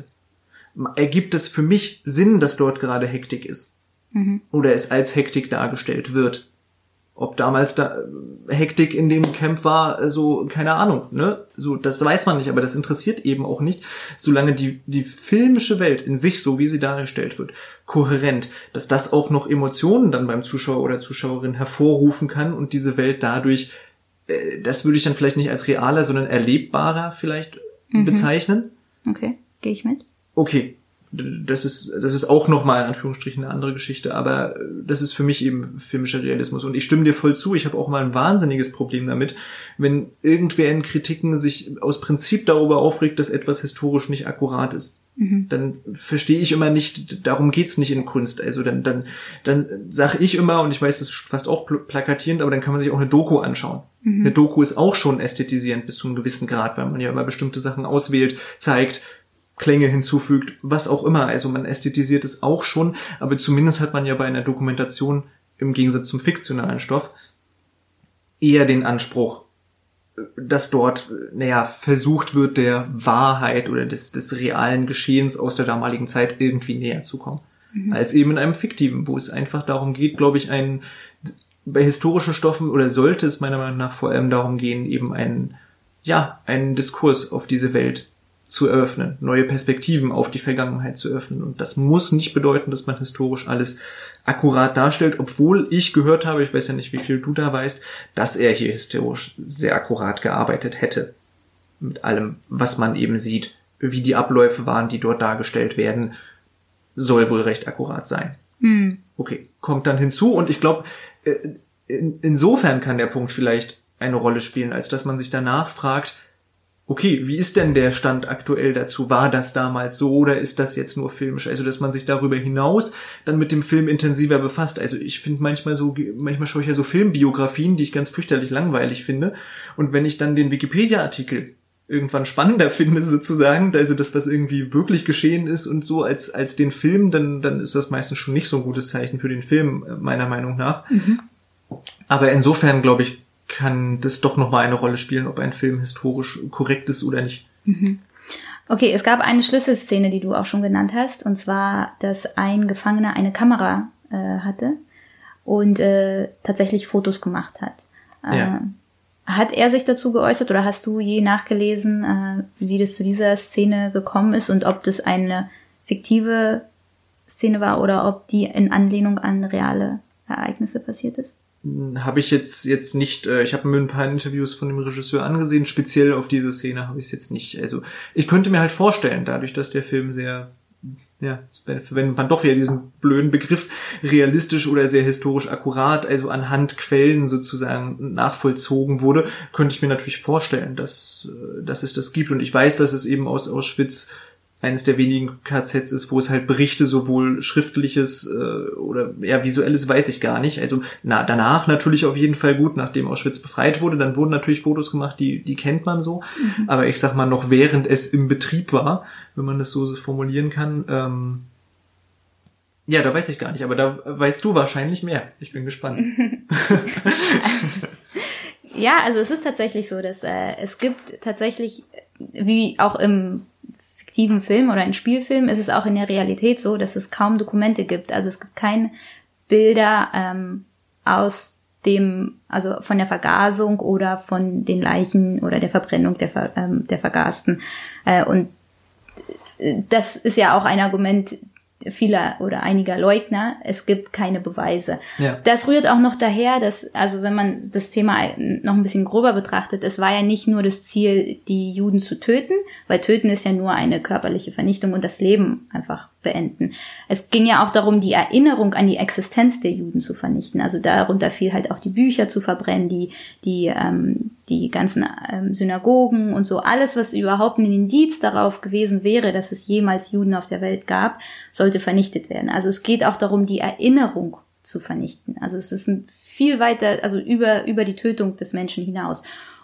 Ergibt es für mich Sinn, dass dort gerade Hektik ist? Mhm. Oder es als Hektik dargestellt wird? Ob damals da Hektik in dem Camp war, so, keine Ahnung, ne? So, das weiß man nicht, aber das interessiert eben auch nicht, solange die, die filmische Welt in sich, so wie sie dargestellt wird, kohärent, dass das auch noch Emotionen dann beim Zuschauer oder Zuschauerin hervorrufen kann und diese Welt dadurch, äh, das würde ich dann vielleicht nicht als realer, sondern erlebbarer vielleicht mhm. bezeichnen. Okay, gehe ich mit. Okay. Das ist, das ist auch nochmal in Anführungsstrichen eine andere Geschichte, aber das ist für mich eben filmischer Realismus. Und ich stimme dir voll zu, ich habe auch mal ein wahnsinniges Problem damit, wenn irgendwer in Kritiken sich aus Prinzip darüber aufregt, dass etwas historisch nicht akkurat ist. Mhm. Dann verstehe ich immer nicht, darum geht's nicht in Kunst. Also dann, dann, dann sage ich immer, und ich weiß, das ist fast auch plakatierend, aber dann kann man sich auch eine Doku anschauen. Mhm. Eine Doku ist auch schon ästhetisierend bis zu einem gewissen Grad, weil man ja immer bestimmte Sachen auswählt, zeigt, Klänge hinzufügt, was auch immer. Also man ästhetisiert es auch schon, aber zumindest hat man ja bei einer Dokumentation im Gegensatz zum fiktionalen Stoff eher den Anspruch, dass dort, naja, versucht wird, der Wahrheit oder des, des realen Geschehens aus der damaligen Zeit irgendwie näher zu kommen. Mhm. Als eben in einem fiktiven, wo es einfach darum geht, glaube ich, einen, bei historischen Stoffen, oder sollte es meiner Meinung nach vor allem darum gehen, eben einen, ja, einen Diskurs auf diese Welt zu eröffnen, neue Perspektiven auf die Vergangenheit zu öffnen. Und das muss nicht bedeuten, dass man historisch alles akkurat darstellt, obwohl ich gehört habe, ich weiß ja nicht, wie viel du da weißt, dass er hier historisch sehr akkurat gearbeitet hätte. Mit allem, was man eben sieht, wie die Abläufe waren, die dort dargestellt werden, soll wohl recht akkurat sein. Mhm. Okay, kommt dann hinzu, und ich glaube, in, insofern kann der Punkt vielleicht eine Rolle spielen, als dass man sich danach fragt, okay, wie ist denn der Stand aktuell dazu? War das damals so oder ist das jetzt nur filmisch? Also, dass man sich darüber hinaus dann mit dem Film intensiver befasst. Also, ich finde manchmal so, manchmal schaue ich ja so Filmbiografien, die ich ganz fürchterlich langweilig finde. Und wenn ich dann den Wikipedia-Artikel irgendwann spannender finde, sozusagen, also das, was irgendwie wirklich geschehen ist und so, als, als den Film, dann, dann ist das meistens schon nicht so ein gutes Zeichen für den Film, meiner Meinung nach. Mhm. Aber insofern, glaube ich, kann das doch nochmal eine Rolle spielen, ob ein Film historisch korrekt ist oder nicht. Mhm. Okay, es gab eine Schlüsselszene, die du auch schon genannt hast, und zwar, dass ein Gefangener eine Kamera äh, hatte und äh, tatsächlich Fotos gemacht hat. Äh, ja. hat er sich dazu geäußert oder hast du je nachgelesen, äh, wie das zu dieser Szene gekommen ist und ob das eine fiktive Szene war oder ob die in Anlehnung an reale Ereignisse passiert ist? Habe ich jetzt jetzt nicht, äh, ich habe mir ein paar Interviews von dem Regisseur angesehen, speziell auf diese Szene habe ich es jetzt nicht. Also ich könnte mir halt vorstellen, dadurch, dass der Film sehr, ja, wenn man doch wieder diesen blöden Begriff realistisch oder sehr historisch akkurat, also anhand Quellen sozusagen nachvollzogen wurde, könnte ich mir natürlich vorstellen, dass, dass es das gibt. Und ich weiß, dass es eben aus Auschwitz eines der wenigen K Zs ist, wo es halt Berichte, sowohl schriftliches äh, oder eher visuelles, weiß ich gar nicht. Also na, danach natürlich auf jeden Fall gut, nachdem Auschwitz befreit wurde, dann wurden natürlich Fotos gemacht, die die kennt man so. Mhm. Aber ich sag mal, noch während es im Betrieb war, wenn man das so formulieren kann, ähm, ja, da weiß ich gar nicht, aber da weißt du wahrscheinlich mehr. Ich bin gespannt. Ja, also es ist tatsächlich so, dass äh, es gibt tatsächlich, wie auch im fiktiven Film oder in Spielfilm, ist es auch in der Realität so, dass es kaum Dokumente gibt. Also es gibt keine Bilder ähm, aus dem, also von der Vergasung oder von den Leichen oder der Verbrennung der, Ver, ähm, der Vergasten. Äh, und das ist ja auch ein Argument vieler oder einiger Leugner, es gibt keine Beweise. Ja. Das rührt auch noch daher, dass, also wenn man das Thema noch ein bisschen grober betrachtet, es war ja nicht nur das Ziel, die Juden zu töten, weil töten ist ja nur eine körperliche Vernichtung und das Leben einfach beenden. Es ging ja auch darum, die Erinnerung an die Existenz der Juden zu vernichten. Also darunter fiel halt auch die Bücher zu verbrennen, die die ähm, die ganzen ähm, Synagogen und so. Alles, was überhaupt ein Indiz darauf gewesen wäre, dass es jemals Juden auf der Welt gab, sollte vernichtet werden. Also es geht auch darum, die Erinnerung zu vernichten. Also es ist ein viel weiter, also über über die Tötung des Menschen hinaus.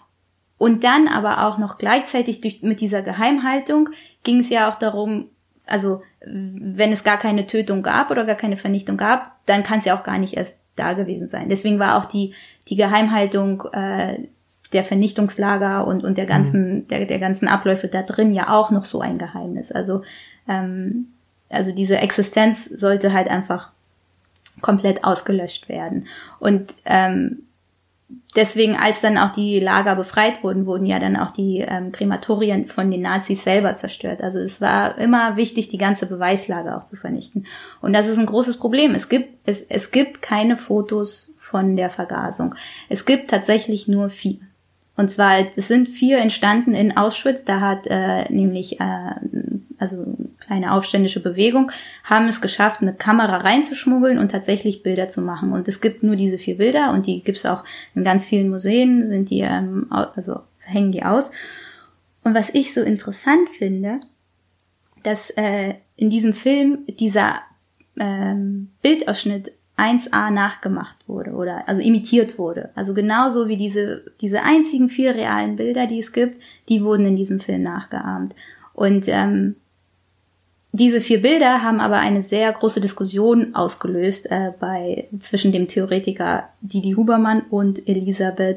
Und dann aber auch noch gleichzeitig durch, mit dieser Geheimhaltung ging es ja auch darum, also wenn es gar keine Tötung gab oder gar keine Vernichtung gab, dann kann es ja auch gar nicht erst da gewesen sein. Deswegen war auch die die Geheimhaltung äh, der Vernichtungslager und und der ganzen mhm. der der ganzen Abläufe da drin ja auch noch so ein Geheimnis. Also ähm, also diese Existenz sollte halt einfach komplett ausgelöscht werden. Und ähm, deswegen, als dann auch die Lager befreit wurden, wurden ja dann auch die ähm, Krematorien von den Nazis selber zerstört. Also es war immer wichtig, die ganze Beweislage auch zu vernichten. Und das ist ein großes Problem. Es gibt es es gibt keine Fotos von der Vergasung. Es gibt tatsächlich nur vier. Und zwar, es sind vier entstanden in Auschwitz. Da hat äh, nämlich äh, also eine kleine aufständische Bewegung, haben es geschafft, eine Kamera reinzuschmuggeln und tatsächlich Bilder zu machen. Und es gibt nur diese vier Bilder und die gibt's auch in ganz vielen Museen, sind die ähm, also hängen die aus. Und was ich so interessant finde, dass äh, in diesem Film dieser ähm, Bildausschnitt eins a nachgemacht wurde oder also imitiert wurde. Also genauso wie diese diese einzigen vier realen Bilder, die es gibt, die wurden in diesem Film nachgeahmt. Und ähm, diese vier Bilder haben aber eine sehr große Diskussion ausgelöst äh, bei zwischen dem Theoretiker Didi Huberman und Elisabeth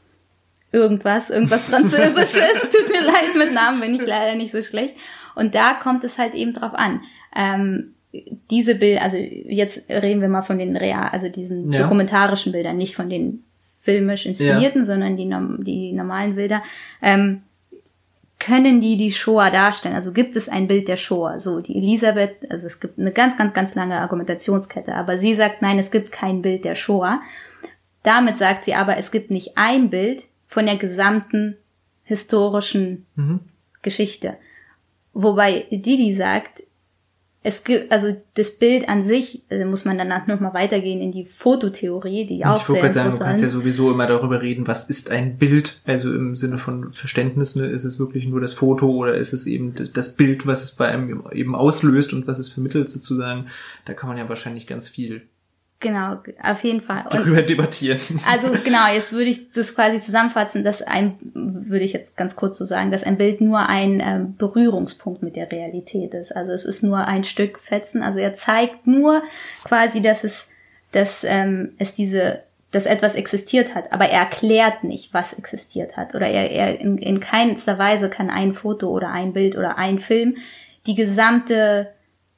irgendwas, irgendwas Französisches. Tut mir leid, mit Namen bin ich leider nicht so schlecht. Und da kommt es halt eben drauf an. Ähm, diese Bilder, also jetzt reden wir mal von den real, also diesen ja. dokumentarischen Bildern, nicht von den filmisch inszenierten, ja. sondern die, die normalen Bilder. Ähm, können die die Shoah darstellen? Also gibt es ein Bild der Shoah? So, die Elisabeth, also es gibt eine ganz, ganz, ganz lange Argumentationskette, aber sie sagt, nein, es gibt kein Bild der Shoah. Damit sagt sie aber, es gibt nicht ein Bild von der gesamten historischen mhm. Geschichte. Wobei Didi sagt, es gibt, also das Bild an sich, also muss man danach nochmal weitergehen in die Fototheorie, die auch sehr interessant ist. Ich wollte gerade sagen, du kannst ja sowieso immer darüber reden, was ist ein Bild, also im Sinne von Verständnis, ne, ist es wirklich nur das Foto oder ist es eben das Bild, was es bei einem eben auslöst und was es vermittelt sozusagen, da kann man ja wahrscheinlich ganz viel Genau, auf jeden Fall. Und darüber debattieren. Also genau, jetzt würde ich das quasi zusammenfassen, dass ein, würde ich jetzt ganz kurz so sagen, dass ein Bild nur ein ähm, Berührungspunkt mit der Realität ist. Also es ist nur ein Stück Fetzen. Also er zeigt nur quasi, dass es, dass ähm, es diese, dass etwas existiert hat, aber er erklärt nicht, was existiert hat. Oder er, er in, in keinster Weise kann ein Foto oder ein Bild oder ein Film die gesamte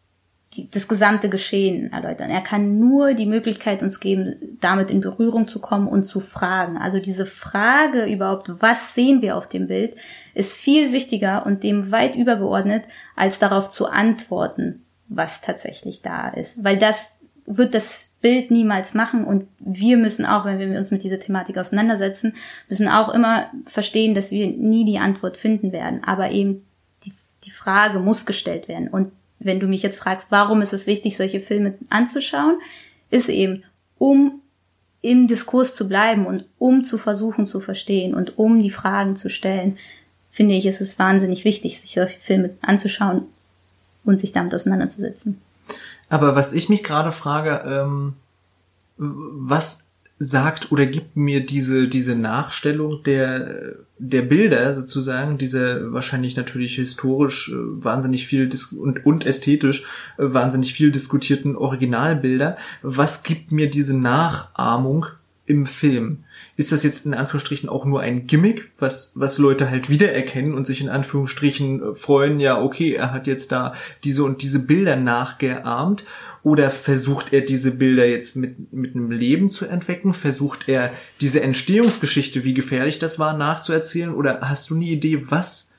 die, das gesamte Geschehen erläutern. Er kann nur die Möglichkeit uns geben, damit in Berührung zu kommen und zu fragen. Also diese Frage überhaupt, was sehen wir auf dem Bild, ist viel wichtiger und dem weit übergeordnet, als darauf zu antworten, was tatsächlich da ist. Weil das wird das Bild niemals machen und wir müssen auch, wenn wir uns mit dieser Thematik auseinandersetzen, müssen auch immer verstehen, dass wir nie die Antwort finden werden. Aber eben die, die Frage muss gestellt werden. Und wenn du mich jetzt fragst, warum ist es wichtig, solche Filme anzuschauen, ist eben, um im Diskurs zu bleiben und um zu versuchen zu verstehen und um die Fragen zu stellen, finde ich, ist es wahnsinnig wichtig, sich solche Filme anzuschauen und sich damit auseinanderzusetzen. Aber was ich mich gerade frage, ähm, was sagt oder gibt mir diese diese Nachstellung der der Bilder sozusagen, diese wahrscheinlich natürlich historisch äh, wahnsinnig viel dis- und und ästhetisch äh, wahnsinnig viel diskutierten Originalbilder, was gibt mir diese Nachahmung im Film? Ist das jetzt in Anführungsstrichen auch nur ein Gimmick, was was Leute halt wiedererkennen und sich in Anführungsstrichen freuen, ja, okay, er hat jetzt da diese und diese Bilder nachgeahmt? Oder versucht er diese Bilder jetzt mit mit einem Leben zu entwecken? Versucht er diese Entstehungsgeschichte, wie gefährlich das war, nachzuerzählen? Oder hast du eine Idee, was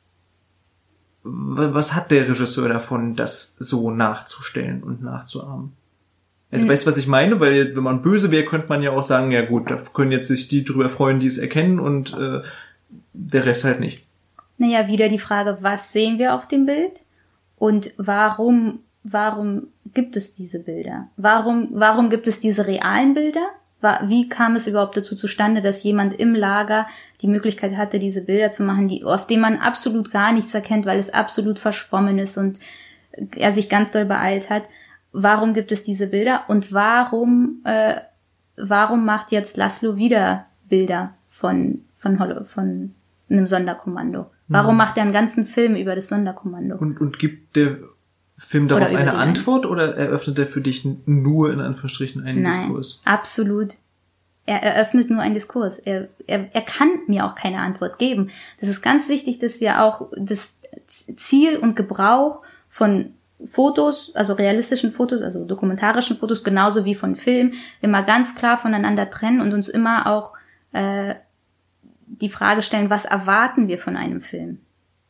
was hat der Regisseur davon, das so nachzustellen und nachzuahmen? Also mhm. weißt du, was ich meine? Weil wenn man böse wäre, könnte man ja auch sagen, ja gut, da können jetzt sich die drüber freuen, die es erkennen und äh, der Rest halt nicht. Naja, wieder die Frage, was sehen wir auf dem Bild? Und warum, warum gibt es diese Bilder? Warum, warum gibt es diese realen Bilder? Wie kam es überhaupt dazu zustande, dass jemand im Lager die Möglichkeit hatte, diese Bilder zu machen, die, auf denen man absolut gar nichts erkennt, weil es absolut verschwommen ist und er sich ganz doll beeilt hat? Warum gibt es diese Bilder und warum äh, warum macht jetzt Laszlo wieder Bilder von von Holo, von einem Sonderkommando? Warum mhm. macht er einen ganzen Film über das Sonderkommando? Und und gibt der Film darauf eine Antwort einen? Oder eröffnet er für dich nur in Anführungsstrichen einen Nein, Diskurs? Absolut. Er eröffnet nur einen Diskurs. Er, er er kann mir auch keine Antwort geben. Das ist ganz wichtig, dass wir auch das Ziel und Gebrauch von Fotos, also realistischen Fotos, also dokumentarischen Fotos, genauso wie von Film, immer ganz klar voneinander trennen und uns immer auch äh, die Frage stellen, was erwarten wir von einem Film?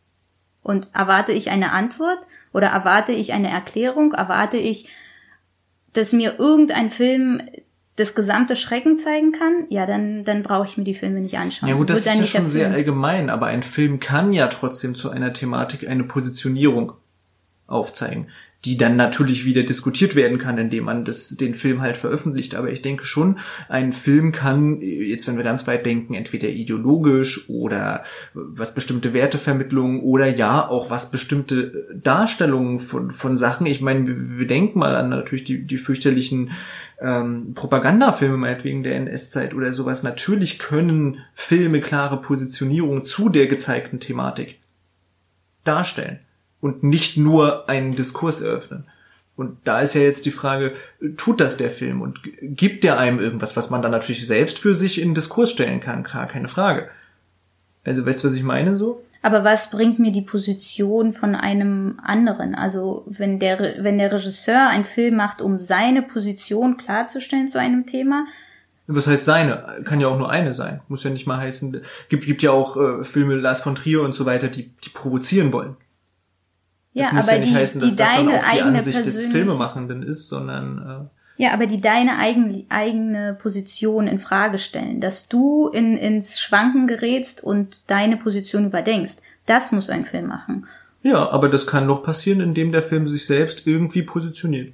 Und erwarte ich eine Antwort oder erwarte ich eine Erklärung? Erwarte ich, dass mir irgendein Film das gesamte Schrecken zeigen kann? Ja, dann dann brauche ich mir die Filme nicht anschauen. Ja gut, das ist ja schon erzählen. sehr allgemein, aber ein Film kann ja trotzdem zu einer Thematik eine Positionierung aufzeigen, die dann natürlich wieder diskutiert werden kann, indem man das, den Film halt veröffentlicht. Aber ich denke schon, ein Film kann, jetzt wenn wir ganz weit denken, entweder ideologisch oder was bestimmte Wertevermittlungen oder ja, auch was bestimmte Darstellungen von, von Sachen. Ich meine, wir, wir denken mal an natürlich die, die fürchterlichen ähm, Propagandafilme, meinetwegen der N S-Zeit oder sowas. Natürlich können Filme klare Positionierung zu der gezeigten Thematik darstellen. Und nicht nur einen Diskurs eröffnen. Und da ist ja jetzt die Frage, tut das der Film und gibt der einem irgendwas, was man dann natürlich selbst für sich in den Diskurs stellen kann? Klar, keine Frage. Also weißt du, was ich meine so? Aber was bringt mir die Position von einem anderen? Also wenn der wenn der Regisseur einen Film macht, um seine Position klarzustellen zu einem Thema. Was heißt seine? Kann ja auch nur eine sein. Muss ja nicht mal heißen, gibt gibt ja auch äh, Filme Lars von Trier und so weiter, die die provozieren wollen. Das ja, muss aber ja nicht die, heißen, dass die das dann auch die Ansicht des persönliche... Filmemachenden ist, sondern... Äh ja, aber die deine eigen, eigene Position in Frage stellen, dass du in, ins Schwanken gerätst und deine Position überdenkst, das muss ein Film machen. Ja, aber das kann doch passieren, indem der Film sich selbst irgendwie positioniert.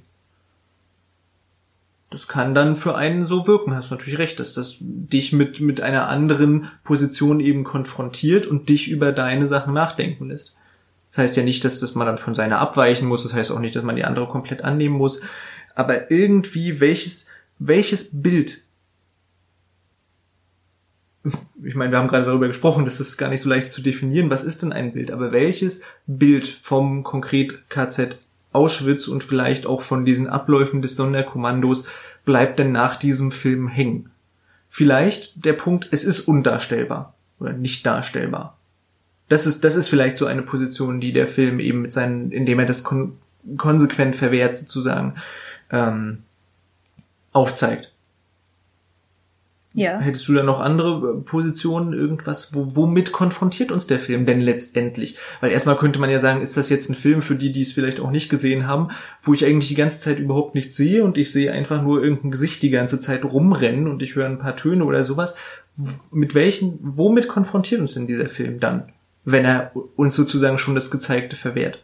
Das kann dann für einen so wirken, hast du natürlich recht, dass das dich mit, mit einer anderen Position eben konfrontiert und dich über deine Sachen nachdenken lässt. Das heißt ja nicht, dass, dass man dann von seiner abweichen muss. Das heißt auch nicht, dass man die andere komplett annehmen muss. Aber irgendwie, welches, welches Bild, ich meine, wir haben gerade darüber gesprochen, das ist gar nicht so leicht zu definieren, was ist denn ein Bild? Aber welches Bild vom konkret K Z Auschwitz und vielleicht auch von diesen Abläufen des Sonderkommandos bleibt denn nach diesem Film hängen? Vielleicht der Punkt, es ist undarstellbar oder nicht darstellbar. Das ist, das ist vielleicht so eine Position, die der Film eben mit seinen, indem er das kon- konsequent verwehrt sozusagen ähm, aufzeigt. Ja. Hättest du da noch andere Positionen, irgendwas, wo, womit konfrontiert uns der Film denn letztendlich? Weil erstmal könnte man ja sagen, ist das jetzt ein Film für die, die es vielleicht auch nicht gesehen haben, wo ich eigentlich die ganze Zeit überhaupt nichts sehe und ich sehe einfach nur irgendein Gesicht die ganze Zeit rumrennen und ich höre ein paar Töne oder sowas. Mit welchen, womit konfrontiert uns denn dieser Film dann, wenn er uns sozusagen schon das Gezeigte verwehrt?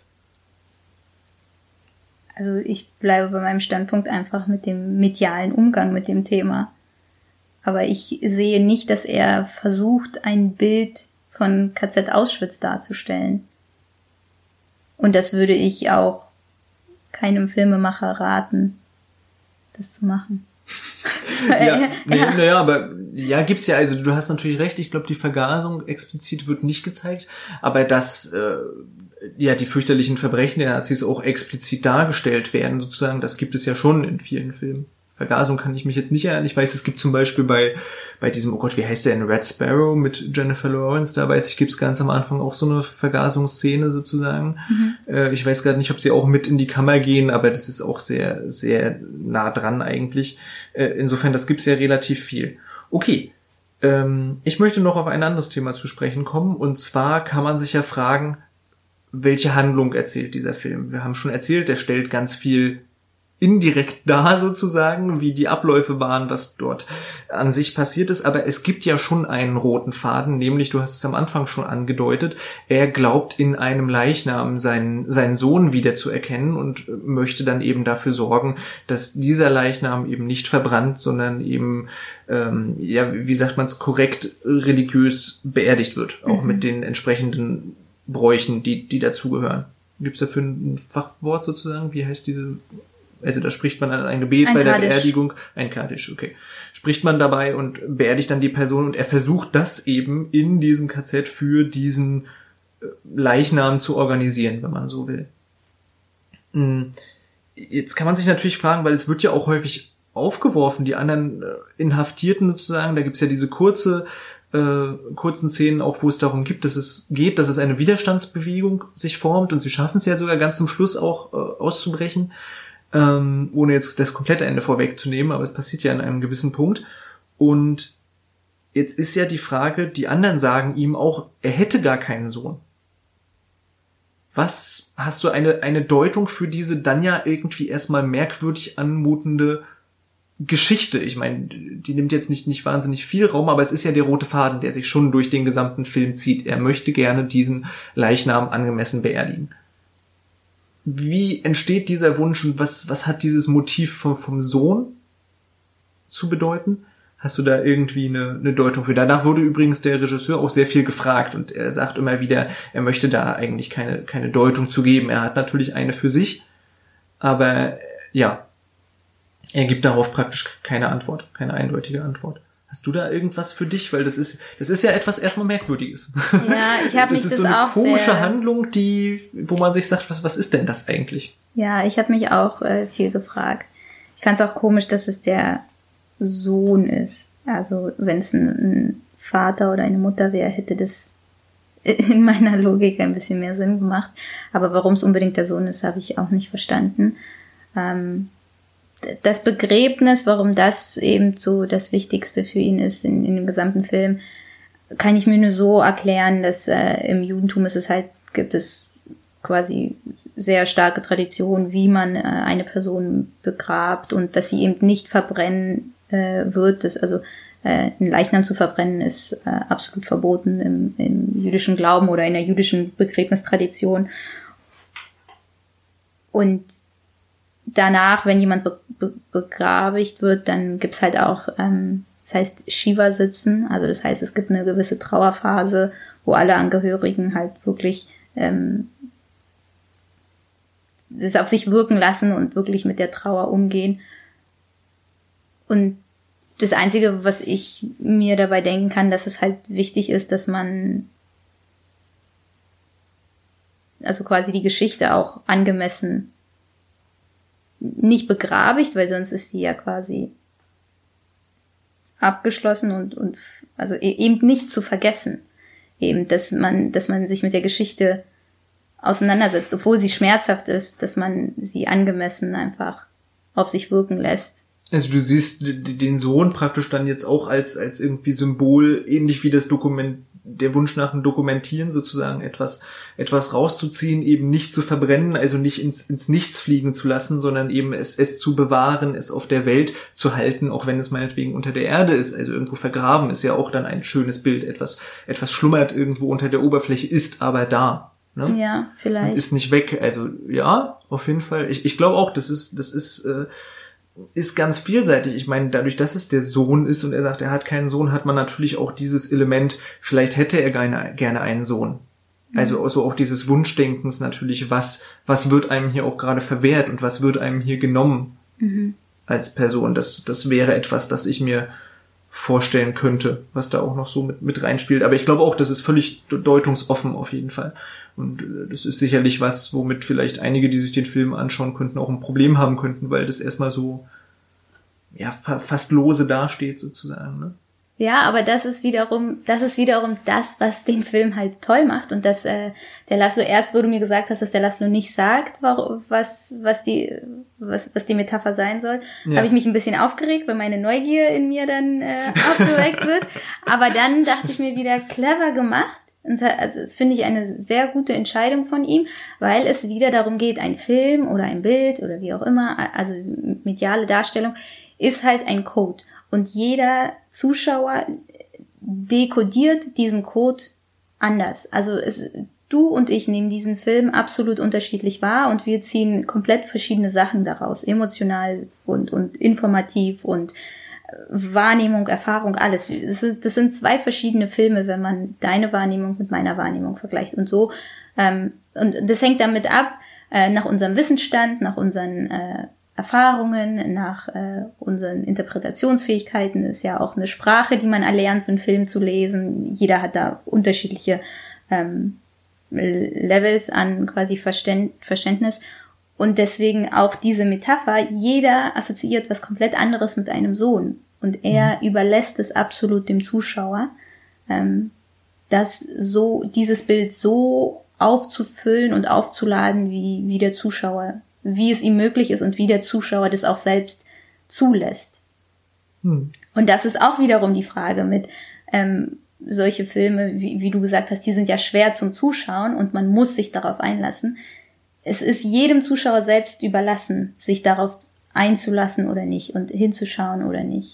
Also ich bleibe bei meinem Standpunkt einfach mit dem medialen Umgang mit dem Thema. Aber ich sehe nicht, dass er versucht, ein Bild von K Z Auschwitz darzustellen. Und das würde ich auch keinem Filmemacher raten, das zu machen. ja, nee, ja. Naja, aber ja, gibt's ja, also du hast natürlich recht, ich glaube, die Vergasung explizit wird nicht gezeigt, aber dass äh, ja die fürchterlichen Verbrechen der Nazis auch explizit dargestellt werden, sozusagen, das gibt es ja schon in vielen Filmen. Vergasung kann ich mich jetzt nicht erinnern. Ich weiß, es gibt zum Beispiel bei bei diesem, oh Gott, wie heißt der denn, Red Sparrow mit Jennifer Lawrence, da weiß ich, gibt's ganz am Anfang auch so eine Vergasungsszene sozusagen. Mhm. Äh, ich weiß gerade nicht, ob sie auch mit in die Kammer gehen, aber das ist auch sehr, sehr nah dran eigentlich. Äh, insofern, das gibt's ja relativ viel. Okay, ähm, ich möchte noch auf ein anderes Thema zu sprechen kommen, und zwar kann man sich ja fragen, welche Handlung erzählt dieser Film? Wir haben schon erzählt, der stellt ganz viel indirekt dar sozusagen, wie die Abläufe waren, was dort an sich passiert ist. Aber es gibt ja schon einen roten Faden, nämlich, du hast es am Anfang schon angedeutet, er glaubt in einem Leichnam seinen, seinen Sohn wiederzuerkennen und möchte dann eben dafür sorgen, dass dieser Leichnam eben nicht verbrannt, sondern eben, ähm, ja, wie sagt man es, korrekt religiös beerdigt wird, auch mhm. mit den entsprechenden Bräuchen, die, die dazugehören. Gibt es dafür ein Fachwort sozusagen? Wie heißt diese... Also da spricht man an ein Gebet ein bei Kaddisch. Der Beerdigung, ein Kaddisch, okay. Spricht man dabei und beerdigt dann die Person, und er versucht das eben in diesem K Z für diesen Leichnam zu organisieren, wenn man so will. Jetzt kann man sich natürlich fragen, weil es wird ja auch häufig aufgeworfen, die anderen Inhaftierten sozusagen, da gibt's ja diese kurze äh, kurzen Szenen auch, wo es darum geht, dass es geht, dass es eine Widerstandsbewegung sich formt, und sie schaffen es ja sogar ganz zum Schluss auch äh, auszubrechen. Ähm, ohne jetzt das komplette Ende vorwegzunehmen, aber es passiert ja an einem gewissen Punkt. Und jetzt ist ja die Frage, die anderen sagen ihm auch, er hätte gar keinen Sohn. Was hast du eine, eine Deutung für diese dann ja irgendwie erstmal merkwürdig anmutende Geschichte? Ich meine, die nimmt jetzt nicht, nicht wahnsinnig viel Raum, aber es ist ja der rote Faden, der sich schon durch den gesamten Film zieht. Er möchte gerne diesen Leichnam angemessen beerdigen. Wie entsteht dieser Wunsch und was, was hat dieses Motiv vom, vom Sohn zu bedeuten? Hast du da irgendwie eine, eine Deutung für? Danach wurde übrigens der Regisseur auch sehr viel gefragt, und er sagt immer wieder, er möchte da eigentlich keine, keine Deutung zu geben. Er hat natürlich eine für sich, aber ja, er gibt darauf praktisch keine Antwort, keine eindeutige Antwort. Hast du da irgendwas für dich? Weil das ist, das ist ja etwas erstmal Merkwürdiges. Ja, ich habe mich das, das ist so eine komische Handlung, die, wo man sich sagt, was, was ist denn das eigentlich? Ja, ich habe mich auch äh, viel gefragt. Ich fand es auch komisch, dass es der Sohn ist. Also wenn es ein, ein Vater oder eine Mutter wäre, hätte das in meiner Logik ein bisschen mehr Sinn gemacht. Aber warum es unbedingt der Sohn ist, habe ich auch nicht verstanden. Ähm, Das Begräbnis, warum das eben so das Wichtigste für ihn ist in, in dem gesamten Film, kann ich mir nur so erklären, dass äh, im Judentum ist es halt, gibt es quasi sehr starke Tradition, wie man äh, eine Person begrabt, und dass sie eben nicht verbrennen äh, wird. Das, also äh, einen Leichnam zu verbrennen ist äh, absolut verboten im, im jüdischen Glauben oder in der jüdischen Begräbnistradition. Und danach, wenn jemand be- be- begravigt wird, dann gibt's halt auch, ähm, das heißt Shiva sitzen, also das heißt, es gibt eine gewisse Trauerphase, wo alle Angehörigen halt wirklich ähm, das auf sich wirken lassen und wirklich mit der Trauer umgehen. Und das Einzige, was ich mir dabei denken kann, dass es halt wichtig ist, dass man also quasi die Geschichte auch angemessen nicht begrabigt, weil sonst ist sie ja quasi abgeschlossen und, und also eben nicht zu vergessen. Eben, dass man, dass man sich mit der Geschichte auseinandersetzt, obwohl sie schmerzhaft ist, dass man sie angemessen einfach auf sich wirken lässt. Also du siehst den Sohn praktisch dann jetzt auch als als irgendwie Symbol, ähnlich wie das Dokument, der Wunsch nach dem Dokumentieren sozusagen, etwas etwas rauszuziehen, eben nicht zu verbrennen, also nicht ins ins Nichts fliegen zu lassen, sondern eben es es zu bewahren, es auf der Welt zu halten, auch wenn es meinetwegen unter der Erde ist, also irgendwo vergraben, ist ja auch dann ein schönes Bild, etwas etwas schlummert irgendwo unter der Oberfläche, ist aber da. Ne? Ja, vielleicht. Ist nicht weg, also ja, auf jeden Fall. Ich ich glaube auch, das ist das ist äh, ist ganz vielseitig. Ich meine, dadurch, dass es der Sohn ist und er sagt, er hat keinen Sohn, hat man natürlich auch dieses Element, vielleicht hätte er gerne, gerne einen Sohn. Also also auch dieses Wunschdenkens natürlich, was was wird einem hier auch gerade verwehrt und was wird einem hier genommen mhm. als Person. Das das wäre etwas, das ich mir vorstellen könnte, was da auch noch so mit mit reinspielt. Aber ich glaube auch, das ist völlig deutungsoffen auf jeden Fall. Und das ist sicherlich was, womit vielleicht einige, die sich den Film anschauen könnten, auch ein Problem haben könnten, weil das erstmal so ja fast lose dasteht sozusagen, ne? Ja, aber das ist wiederum, das ist wiederum das, was den Film halt toll macht und dass äh, der Laszlo, erst wo du mir gesagt hast, dass der Laszlo nicht sagt, warum, was was die was was die Metapher sein soll, ja. habe ich mich ein bisschen aufgeregt, weil meine Neugier in mir dann äh, aufgeweckt wird. Aber dann dachte ich mir wieder, clever gemacht. Und also das finde ich eine sehr gute Entscheidung von ihm, weil es wieder darum geht, ein Film oder ein Bild oder wie auch immer, also mediale Darstellung, ist halt ein Code. Und jeder Zuschauer dekodiert diesen Code anders. Also es, du und ich nehmen diesen Film absolut unterschiedlich wahr und wir ziehen komplett verschiedene Sachen daraus. Emotional und, und informativ und Wahrnehmung, Erfahrung, alles. Das, ist, das sind zwei verschiedene Filme, wenn man deine Wahrnehmung mit meiner Wahrnehmung vergleicht. Und so, ähm, und das hängt damit ab, äh, nach unserem Wissensstand, nach unseren äh, Erfahrungen, nach äh, unseren Interpretationsfähigkeiten. Ist ja auch eine Sprache, die man erlernt, so einen Film zu lesen. Jeder hat da unterschiedliche ähm, Levels an quasi Verständ, Verständnis. Und deswegen auch diese Metapher, jeder assoziiert was komplett anderes mit einem Sohn. Und er mhm. überlässt es absolut dem Zuschauer, ähm, das so, dieses Bild so aufzufüllen und aufzuladen, wie, wie der Zuschauer, wie es ihm möglich ist und wie der Zuschauer das auch selbst zulässt. Mhm. Und das ist auch wiederum die Frage mit, ähm, solche Filme, wie, wie du gesagt hast, die sind ja schwer zum Zuschauen und man muss sich darauf einlassen. Es ist jedem Zuschauer selbst überlassen, sich darauf einzulassen oder nicht und hinzuschauen oder nicht.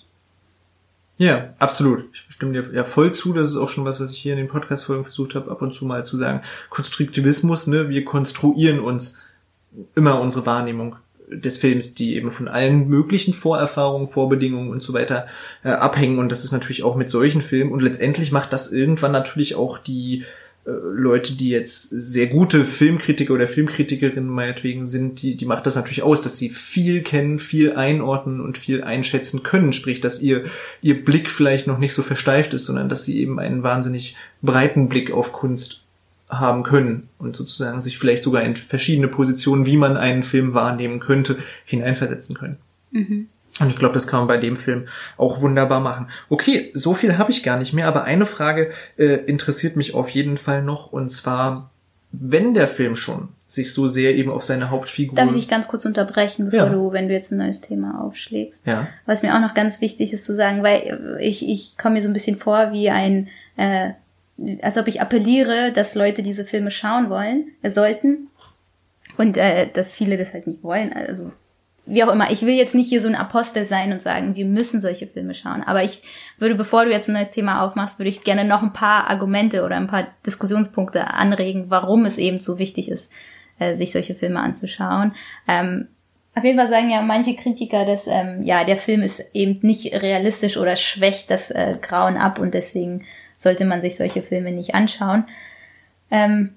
Ja, absolut. Ich stimme dir ja voll zu. Das ist auch schon was, was ich hier in den Podcast-Folgen versucht habe, ab und zu mal zu sagen. Konstruktivismus, ne? Wir konstruieren uns immer unsere Wahrnehmung des Films, die eben von allen möglichen Vorerfahrungen, Vorbedingungen und so weiter äh, abhängen. Und das ist natürlich auch mit solchen Filmen. Und letztendlich macht das irgendwann natürlich auch die Leute, die jetzt sehr gute Filmkritiker oder Filmkritikerinnen meinetwegen sind, die, die macht das natürlich aus, dass sie viel kennen, viel einordnen und viel einschätzen können. Sprich, dass ihr, ihr Blick vielleicht noch nicht so versteift ist, sondern dass sie eben einen wahnsinnig breiten Blick auf Kunst haben können und sozusagen sich vielleicht sogar in verschiedene Positionen, wie man einen Film wahrnehmen könnte, hineinversetzen können. Mhm. Und ich glaube, das kann man bei dem Film auch wunderbar machen. Okay, so viel habe ich gar nicht mehr, aber eine Frage äh, interessiert mich auf jeden Fall noch, und zwar, wenn der Film schon sich so sehr eben auf seine Hauptfigur... Darf ich dich ganz kurz unterbrechen, bevor ja. du, wenn du jetzt ein neues Thema aufschlägst? Ja. Was mir auch noch ganz wichtig ist zu sagen, weil ich, ich komme mir so ein bisschen vor wie ein, äh, als ob ich appelliere, dass Leute diese Filme schauen wollen, äh, sollten, und äh, dass viele das halt nicht wollen, also... Wie auch immer, ich will jetzt nicht hier so ein Apostel sein und sagen, wir müssen solche Filme schauen. Aber ich würde, bevor du jetzt ein neues Thema aufmachst, würde ich gerne noch ein paar Argumente oder ein paar Diskussionspunkte anregen, warum es eben so wichtig ist, sich solche Filme anzuschauen. Ähm, auf jeden Fall sagen ja manche Kritiker, dass ähm, ja der Film ist eben nicht realistisch oder schwächt das äh, Grauen ab und deswegen sollte man sich solche Filme nicht anschauen. Ähm,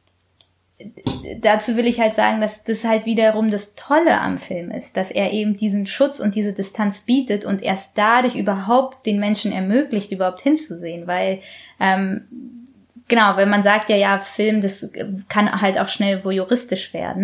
Dazu will ich halt sagen, dass das halt wiederum das Tolle am Film ist, dass er eben diesen Schutz und diese Distanz bietet und erst dadurch überhaupt den Menschen ermöglicht, überhaupt hinzusehen, weil ähm, genau, wenn man sagt ja, ja, Film, das kann halt auch schnell voyeuristisch werden,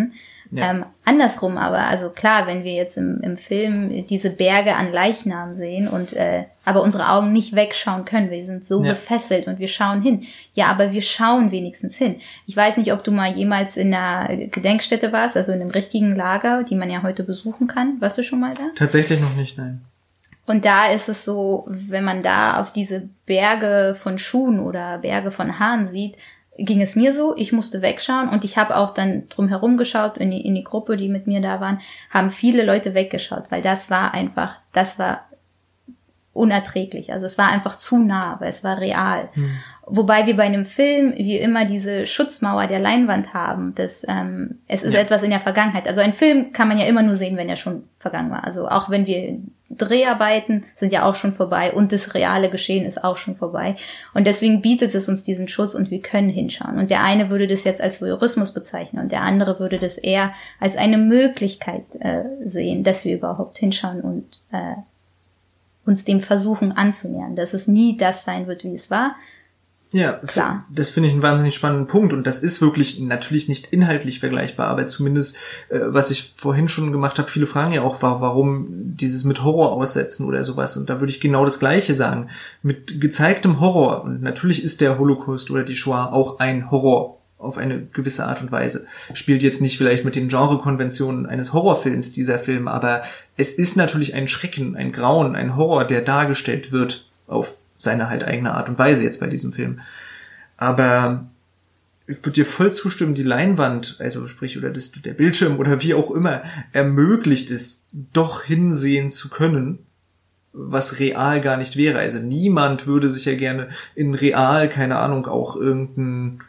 Ja. Ähm, andersrum aber, also klar, wenn wir jetzt im, im Film diese Berge an Leichnam sehen und äh, aber unsere Augen nicht wegschauen können, wir sind so Ja. gefesselt und wir schauen hin. Ja, aber wir schauen wenigstens hin. Ich weiß nicht, ob du mal jemals in einer Gedenkstätte warst, also in einem richtigen Lager, die man ja heute besuchen kann. Warst du schon mal da? Tatsächlich noch nicht, nein. Und da ist es so, wenn man da auf diese Berge von Schuhen oder Berge von Haaren sieht, ging es mir so, ich musste wegschauen und ich habe auch dann drumherum geschaut, in die, in die Gruppe, die mit mir da waren, haben viele Leute weggeschaut, weil das war einfach, das war unerträglich. Also es war einfach zu nah, weil es war real. Hm. Wobei wir bei einem Film wie immer diese Schutzmauer der Leinwand haben, dass ähm, es ist ja. etwas in der Vergangenheit. Also ein Film kann man ja immer nur sehen, wenn er schon vergangen war. Also auch wenn wir Dreharbeiten sind ja auch schon vorbei und das reale Geschehen ist auch schon vorbei. Und deswegen bietet es uns diesen Schutz und wir können hinschauen. Und der eine würde das jetzt als Voyeurismus bezeichnen und der andere würde das eher als eine Möglichkeit äh, sehen, dass wir überhaupt hinschauen und äh, uns dem versuchen anzunähern. Dass es nie das sein wird, wie es war. Ja, klar. Das finde ich einen wahnsinnig spannenden Punkt und das ist wirklich natürlich nicht inhaltlich vergleichbar, aber zumindest, äh, was ich vorhin schon gemacht habe, viele fragen ja auch, warum dieses mit Horror aussetzen oder sowas und da würde ich genau das Gleiche sagen. Mit gezeigtem Horror und natürlich ist der Holocaust oder die Shoah auch ein Horror auf eine gewisse Art und Weise. Spielt jetzt nicht vielleicht mit den Genrekonventionen eines Horrorfilms dieser Film, aber es ist natürlich ein Schrecken, ein Grauen, ein Horror, der dargestellt wird auf seine halt eigene Art und Weise jetzt bei diesem Film. Aber ich würde dir voll zustimmen, die Leinwand, also sprich, oder das, der Bildschirm oder wie auch immer, ermöglicht es, doch hinsehen zu können, was real gar nicht wäre. Also niemand würde sich ja gerne in real, keine Ahnung, auch irgendein,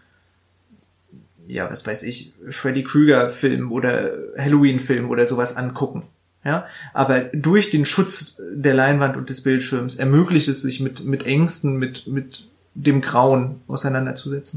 ja, was weiß ich, Freddy Krueger-Film oder Halloween-Film oder sowas angucken. Ja, aber durch den Schutz der Leinwand und des Bildschirms ermöglicht es sich mit mit Ängsten, mit mit dem Grauen auseinanderzusetzen.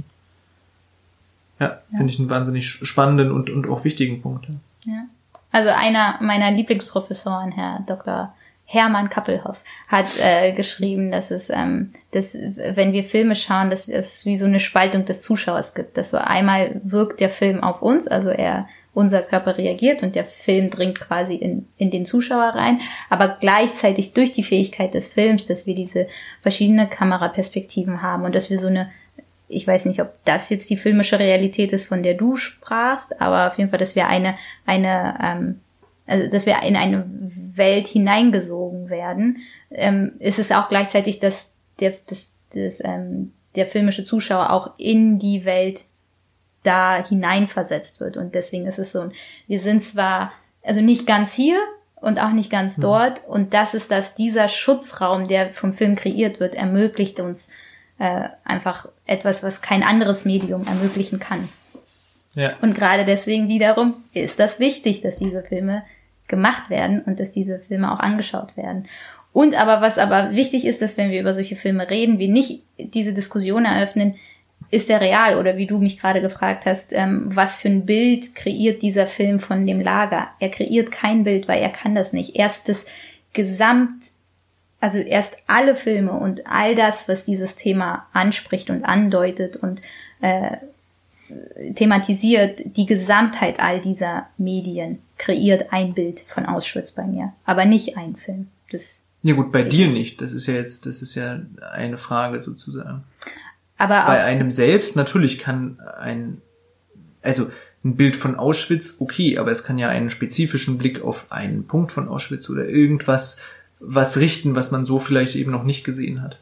Ja, ja. Finde ich einen wahnsinnig spannenden und und auch wichtigen Punkt. Ja. Ja. Also einer meiner Lieblingsprofessoren, Herr Doktor Hermann Kappelhoff, hat äh, geschrieben, dass es, ähm, dass wenn wir Filme schauen, dass es wie so eine Spaltung des Zuschauers gibt. Dass so einmal wirkt der Film auf uns, also er unser Körper reagiert und der Film dringt quasi in, in den Zuschauer rein, aber gleichzeitig durch die Fähigkeit des Films, dass wir diese verschiedenen Kameraperspektiven haben und dass wir so eine, ich weiß nicht, ob das jetzt die filmische Realität ist, von der du sprachst, aber auf jeden Fall, dass wir eine, eine, ähm, also dass wir in eine Welt hineingesogen werden, ähm, ist es auch gleichzeitig, dass der, das, das, ähm, der filmische Zuschauer auch in die Welt da hineinversetzt wird. Und deswegen ist es so, wir sind zwar, also nicht ganz hier und auch nicht ganz dort. Mhm. Und das ist das, dieser Schutzraum, der vom Film kreiert wird, ermöglicht uns äh, einfach etwas, was kein anderes Medium ermöglichen kann. Ja. Und gerade deswegen wiederum ist das wichtig, dass diese Filme gemacht werden und dass diese Filme auch angeschaut werden. Und aber was aber wichtig ist, dass wenn wir über solche Filme reden, wir nicht diese Diskussion eröffnen, ist der real? Oder wie du mich gerade gefragt hast, ähm, was für ein Bild kreiert dieser Film von dem Lager? Er kreiert kein Bild, weil er kann das nicht. Erst das Gesamt, also erst alle Filme und all das, was dieses Thema anspricht und andeutet und äh, thematisiert, die Gesamtheit all dieser Medien kreiert ein Bild von Auschwitz bei mir. Aber nicht ein Film. Das ja gut, bei dir nicht. Das ist ja jetzt, das ist ja eine Frage sozusagen. Aber auch bei einem selbst natürlich kann ein, also ein Bild von Auschwitz, okay, aber es kann ja einen spezifischen Blick auf einen Punkt von Auschwitz oder irgendwas was richten, was man so vielleicht eben noch nicht gesehen hat.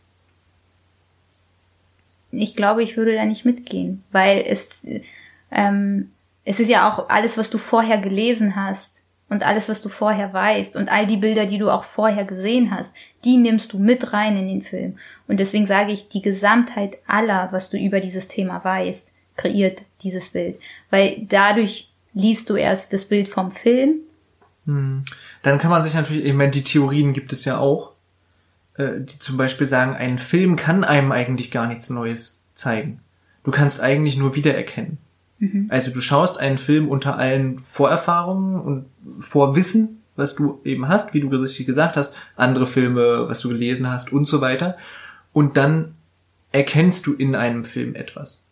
Ich glaube, ich würde da nicht mitgehen, weil es, ähm, es ist ja auch alles, was du vorher gelesen hast und alles, was du vorher weißt und all die Bilder, die du auch vorher gesehen hast, die nimmst du mit rein in den Film. Und deswegen sage ich, die Gesamtheit aller, was du über dieses Thema weißt, kreiert dieses Bild. Weil dadurch liest du erst das Bild vom Film. Hm. Dann kann man sich natürlich, ich meine, die Theorien gibt es ja auch, äh, die zum Beispiel sagen, ein Film kann einem eigentlich gar nichts Neues zeigen. Du kannst eigentlich nur wiedererkennen. Mhm. Also du schaust einen Film unter allen Vorerfahrungen und Vorwissen, was du eben hast, wie du richtig gesagt hast, andere Filme, was du gelesen hast und so weiter. Und dann erkennst du in einem Film etwas.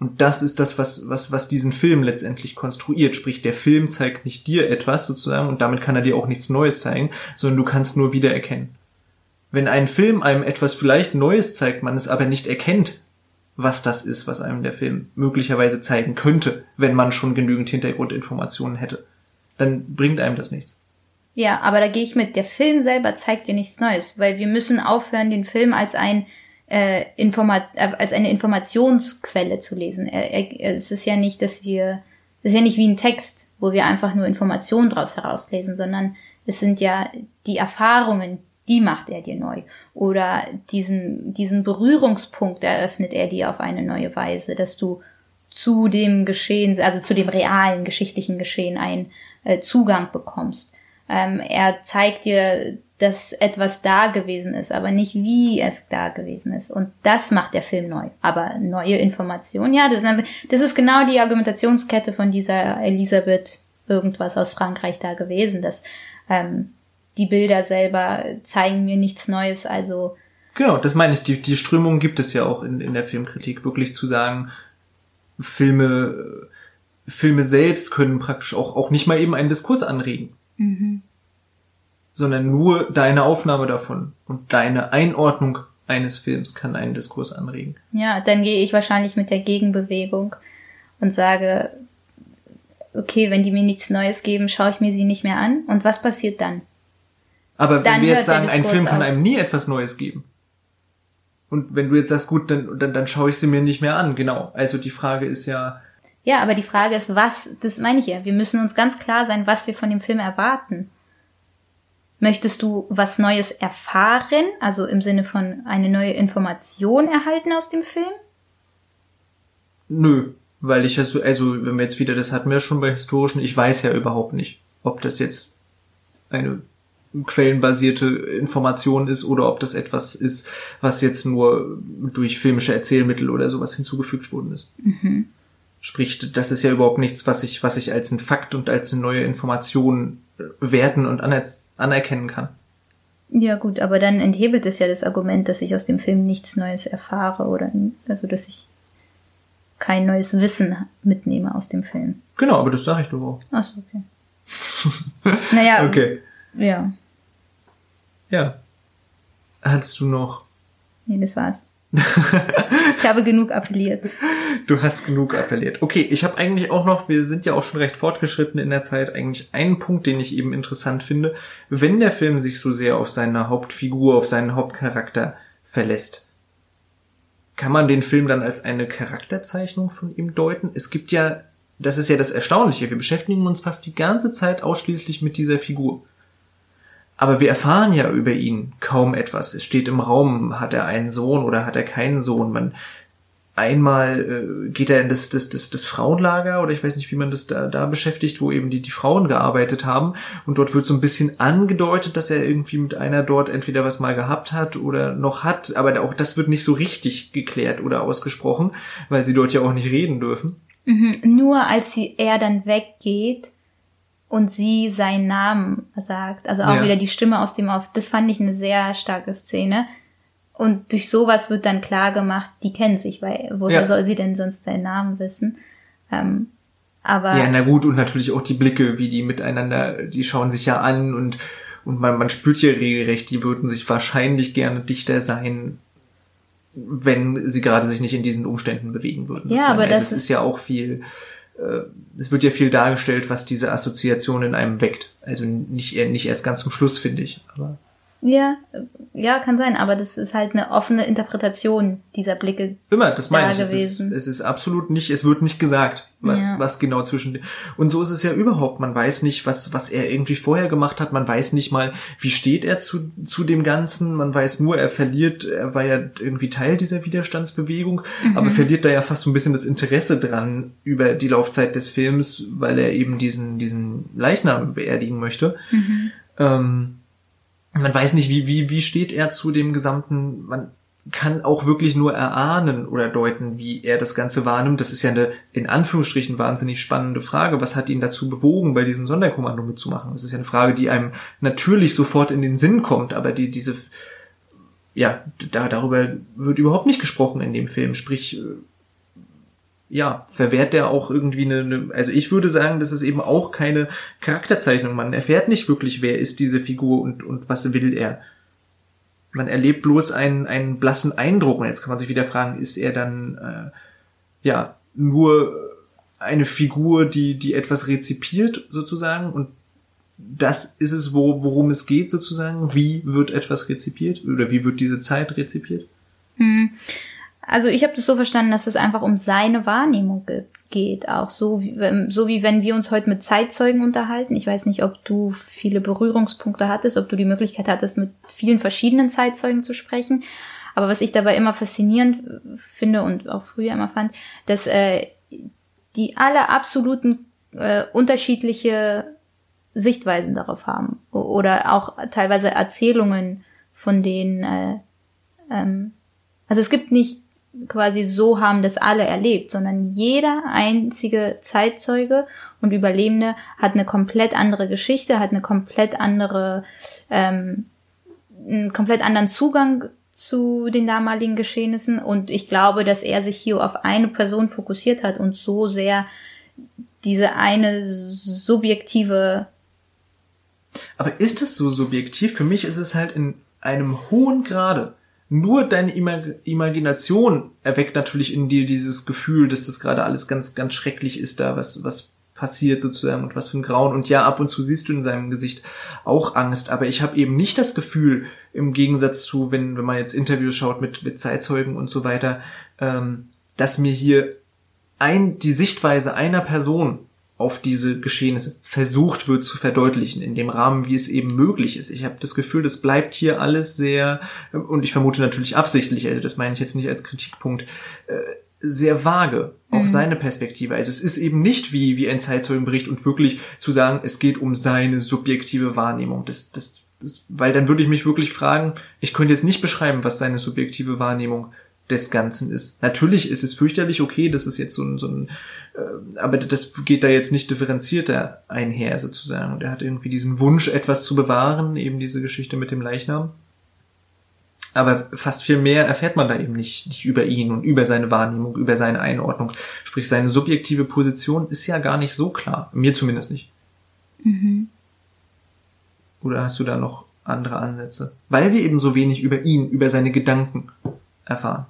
Und das ist das, was, was, was diesen Film letztendlich konstruiert. Sprich, der Film zeigt nicht dir etwas sozusagen und damit kann er dir auch nichts Neues zeigen, sondern du kannst nur wiedererkennen. Wenn ein Film einem etwas vielleicht Neues zeigt, man es aber nicht erkennt, was das ist, was einem der Film möglicherweise zeigen könnte, wenn man schon genügend Hintergrundinformationen hätte, dann bringt einem das nichts. Ja, aber da gehe ich mit. Der Film selber zeigt dir nichts Neues, weil wir müssen aufhören, den Film als ein äh, Informat äh, als eine Informationsquelle zu lesen. Er, er, es ist ja nicht, dass wir, es ist ja nicht wie ein Text, wo wir einfach nur Informationen draus herauslesen, sondern es sind ja die Erfahrungen, die macht er dir neu. Oder diesen, diesen Berührungspunkt eröffnet er dir auf eine neue Weise, dass du zu dem Geschehen, also zu dem realen geschichtlichen Geschehen einen äh, Zugang bekommst. Ähm, er zeigt dir, dass etwas da gewesen ist, aber nicht wie es da gewesen ist. Und das macht der Film neu. Aber neue Informationen, ja, das, das ist genau die Argumentationskette von dieser Elisabeth irgendwas aus Frankreich da gewesen, dass ähm, die Bilder selber zeigen mir nichts Neues, also... Genau, das meine ich. Die, die Strömung gibt es ja auch in, in der Filmkritik, wirklich zu sagen, Filme, Filme selbst können praktisch auch, auch nicht mal eben einen Diskurs anregen. Mhm. Sondern nur deine Aufnahme davon und deine Einordnung eines Films kann einen Diskurs anregen. Ja, dann gehe ich wahrscheinlich mit der Gegenbewegung und sage, okay, wenn die mir nichts Neues geben, schaue ich mir sie nicht mehr an. Und was passiert dann? Aber wenn dann wir jetzt sagen, ein Film auf. kann einem nie etwas Neues geben. Und wenn du jetzt sagst, gut, dann, dann, dann schaue ich sie mir nicht mehr an. Genau. Also die Frage ist ja... Ja, aber die Frage ist, was, das meine ich ja, wir müssen uns ganz klar sein, was wir von dem Film erwarten. Möchtest du was Neues erfahren, also im Sinne von eine neue Information erhalten aus dem Film? Nö, weil ich ja so, also wenn wir jetzt wieder, das hatten wir schon bei historischen, ich weiß ja überhaupt nicht, ob das jetzt eine quellenbasierte Information ist oder ob das etwas ist, was jetzt nur durch filmische Erzählmittel oder sowas hinzugefügt worden ist. Mhm. Sprich, das ist ja überhaupt nichts, was ich, was ich als ein Fakt und als eine neue Information werten und aner- anerkennen kann. Ja gut, aber dann enthebelt es ja das Argument, dass ich aus dem Film nichts Neues erfahre oder also dass ich kein neues Wissen mitnehme aus dem Film. Genau, aber das sage ich doch auch. Ach so, okay. Naja, okay. Ja. Ja. Hattest du noch... Nee, das war's. Ich habe genug appelliert. Du hast genug appelliert. Okay, ich habe eigentlich auch noch, wir sind ja auch schon recht fortgeschritten in der Zeit, eigentlich einen Punkt, den ich eben interessant finde. Wenn der Film sich so sehr auf seine Hauptfigur, auf seinen Hauptcharakter verlässt, kann man den Film dann als eine Charakterzeichnung von ihm deuten? Es gibt ja, das ist ja das Erstaunliche, wir beschäftigen uns fast die ganze Zeit ausschließlich mit dieser Figur. Aber wir erfahren ja über ihn kaum etwas. Es steht im Raum, hat er einen Sohn oder hat er keinen Sohn? Man einmal äh, geht er in das, das, das, das Frauenlager oder ich weiß nicht, wie man das da, da beschäftigt, wo eben die, die Frauen gearbeitet haben. Und dort wird so ein bisschen angedeutet, dass er irgendwie mit einer dort entweder was mal gehabt hat oder noch hat. Aber auch das wird nicht so richtig geklärt oder ausgesprochen, weil sie dort ja auch nicht reden dürfen. Mhm, nur als sie, er dann weggeht, und sie seinen Namen sagt, also auch ja. wieder die Stimme aus dem Auf, das fand ich eine sehr starke Szene. Und durch sowas wird dann klar gemacht, die kennen sich, weil woher ja. soll sie denn sonst seinen Namen wissen? Ähm, aber ja, na gut, und natürlich auch die Blicke, wie die miteinander, die schauen sich ja an und und man, man spürt ja regelrecht, die würden sich wahrscheinlich gerne dichter sein, wenn sie gerade sich nicht in diesen Umständen bewegen würden. Ja, aber also das es ist ja auch viel... Es wird ja viel dargestellt, was diese Assoziation in einem weckt. Also nicht, nicht erst ganz zum Schluss, finde ich. Aber ja, ja, kann sein, aber das ist halt eine offene Interpretation dieser Blicke. Immer, das meine ich. Es ist, gewesen. es ist absolut nicht, es wird nicht gesagt, was, ja. was genau zwischen, und so ist es ja überhaupt. Man weiß nicht, was, was er irgendwie vorher gemacht hat. Man weiß nicht mal, wie steht er zu, zu dem Ganzen. Man weiß nur, er verliert, er war ja irgendwie Teil dieser Widerstandsbewegung, mhm. aber verliert da ja fast so ein bisschen das Interesse dran über die Laufzeit des Films, weil er eben diesen, diesen Leichnam beerdigen möchte. Mhm. Ähm, Man weiß nicht, wie, wie, wie steht er zu dem Gesamten, man kann auch wirklich nur erahnen oder deuten, wie er das Ganze wahrnimmt. Das ist ja eine, in Anführungsstrichen, wahnsinnig spannende Frage. Was hat ihn dazu bewogen, bei diesem Sonderkommando mitzumachen? Das ist ja eine Frage, die einem natürlich sofort in den Sinn kommt, aber die, diese, ja, da, darüber wird überhaupt nicht gesprochen in dem Film. Sprich, ja, verwehrt der auch irgendwie eine, eine, also ich würde sagen, das ist eben auch keine Charakterzeichnung. Man erfährt nicht wirklich, wer ist diese Figur und, und was will er. Man erlebt bloß einen, einen blassen Eindruck. Und jetzt kann man sich wieder fragen, ist er dann, äh, ja, nur eine Figur, die, die etwas rezipiert, sozusagen? Und das ist es, wo, worum es geht, sozusagen. Wie wird etwas rezipiert? Oder wie wird diese Zeit rezipiert? Hm. Also ich habe das so verstanden, dass es einfach um seine Wahrnehmung ge- geht. Auch so wie, so wie wenn wir uns heute mit Zeitzeugen unterhalten. Ich weiß nicht, ob du viele Berührungspunkte hattest, ob du die Möglichkeit hattest, mit vielen verschiedenen Zeitzeugen zu sprechen. Aber was ich dabei immer faszinierend finde und auch früher immer fand, dass äh, die alle absoluten äh, unterschiedliche Sichtweisen darauf haben. Oder auch teilweise Erzählungen von denen, äh, ähm, also es gibt nicht quasi so haben das alle erlebt, sondern jeder einzige Zeitzeuge und Überlebende hat eine komplett andere Geschichte, hat eine komplett andere, ähm, einen komplett anderen Zugang zu den damaligen Geschehnissen, und ich glaube, dass er sich hier auf eine Person fokussiert hat und so sehr diese eine subjektive. Aber ist das so subjektiv? Für mich ist es halt in einem hohen Grade. Nur deine Imag- Imagination erweckt natürlich in dir dieses Gefühl, dass das gerade alles ganz, ganz schrecklich ist da, was, was passiert sozusagen und was für ein Grauen. Und ja, ab und zu siehst du in seinem Gesicht auch Angst, aber ich habe eben nicht das Gefühl, im Gegensatz zu, wenn, wenn man jetzt Interviews schaut mit, mit Zeitzeugen und so weiter, ähm, dass mir hier ein, die Sichtweise einer Person auf diese Geschehnisse versucht wird zu verdeutlichen, in dem Rahmen, wie es eben möglich ist. Ich habe das Gefühl, das bleibt hier alles sehr, und ich vermute natürlich absichtlich, also das meine ich jetzt nicht als Kritikpunkt, äh, sehr vage, auch mhm. seine Perspektive. Also es ist eben nicht wie, wie ein Zeitzeugenbericht und wirklich zu sagen, es geht um seine subjektive Wahrnehmung. Das, das, das, weil dann würde ich mich wirklich fragen, ich könnte jetzt nicht beschreiben, was seine subjektive Wahrnehmung des Ganzen ist. Natürlich ist es fürchterlich, okay, das ist jetzt so ein, so ein äh, aber das geht da jetzt nicht differenzierter einher sozusagen. Und er hat irgendwie diesen Wunsch, etwas zu bewahren, eben diese Geschichte mit dem Leichnam. Aber fast viel mehr erfährt man da eben nicht, nicht über ihn und über seine Wahrnehmung, über seine Einordnung. Sprich, seine subjektive Position ist ja gar nicht so klar. Mir zumindest nicht. Mhm. Oder hast du da noch andere Ansätze? Weil wir eben so wenig über ihn, über seine Gedanken erfahren.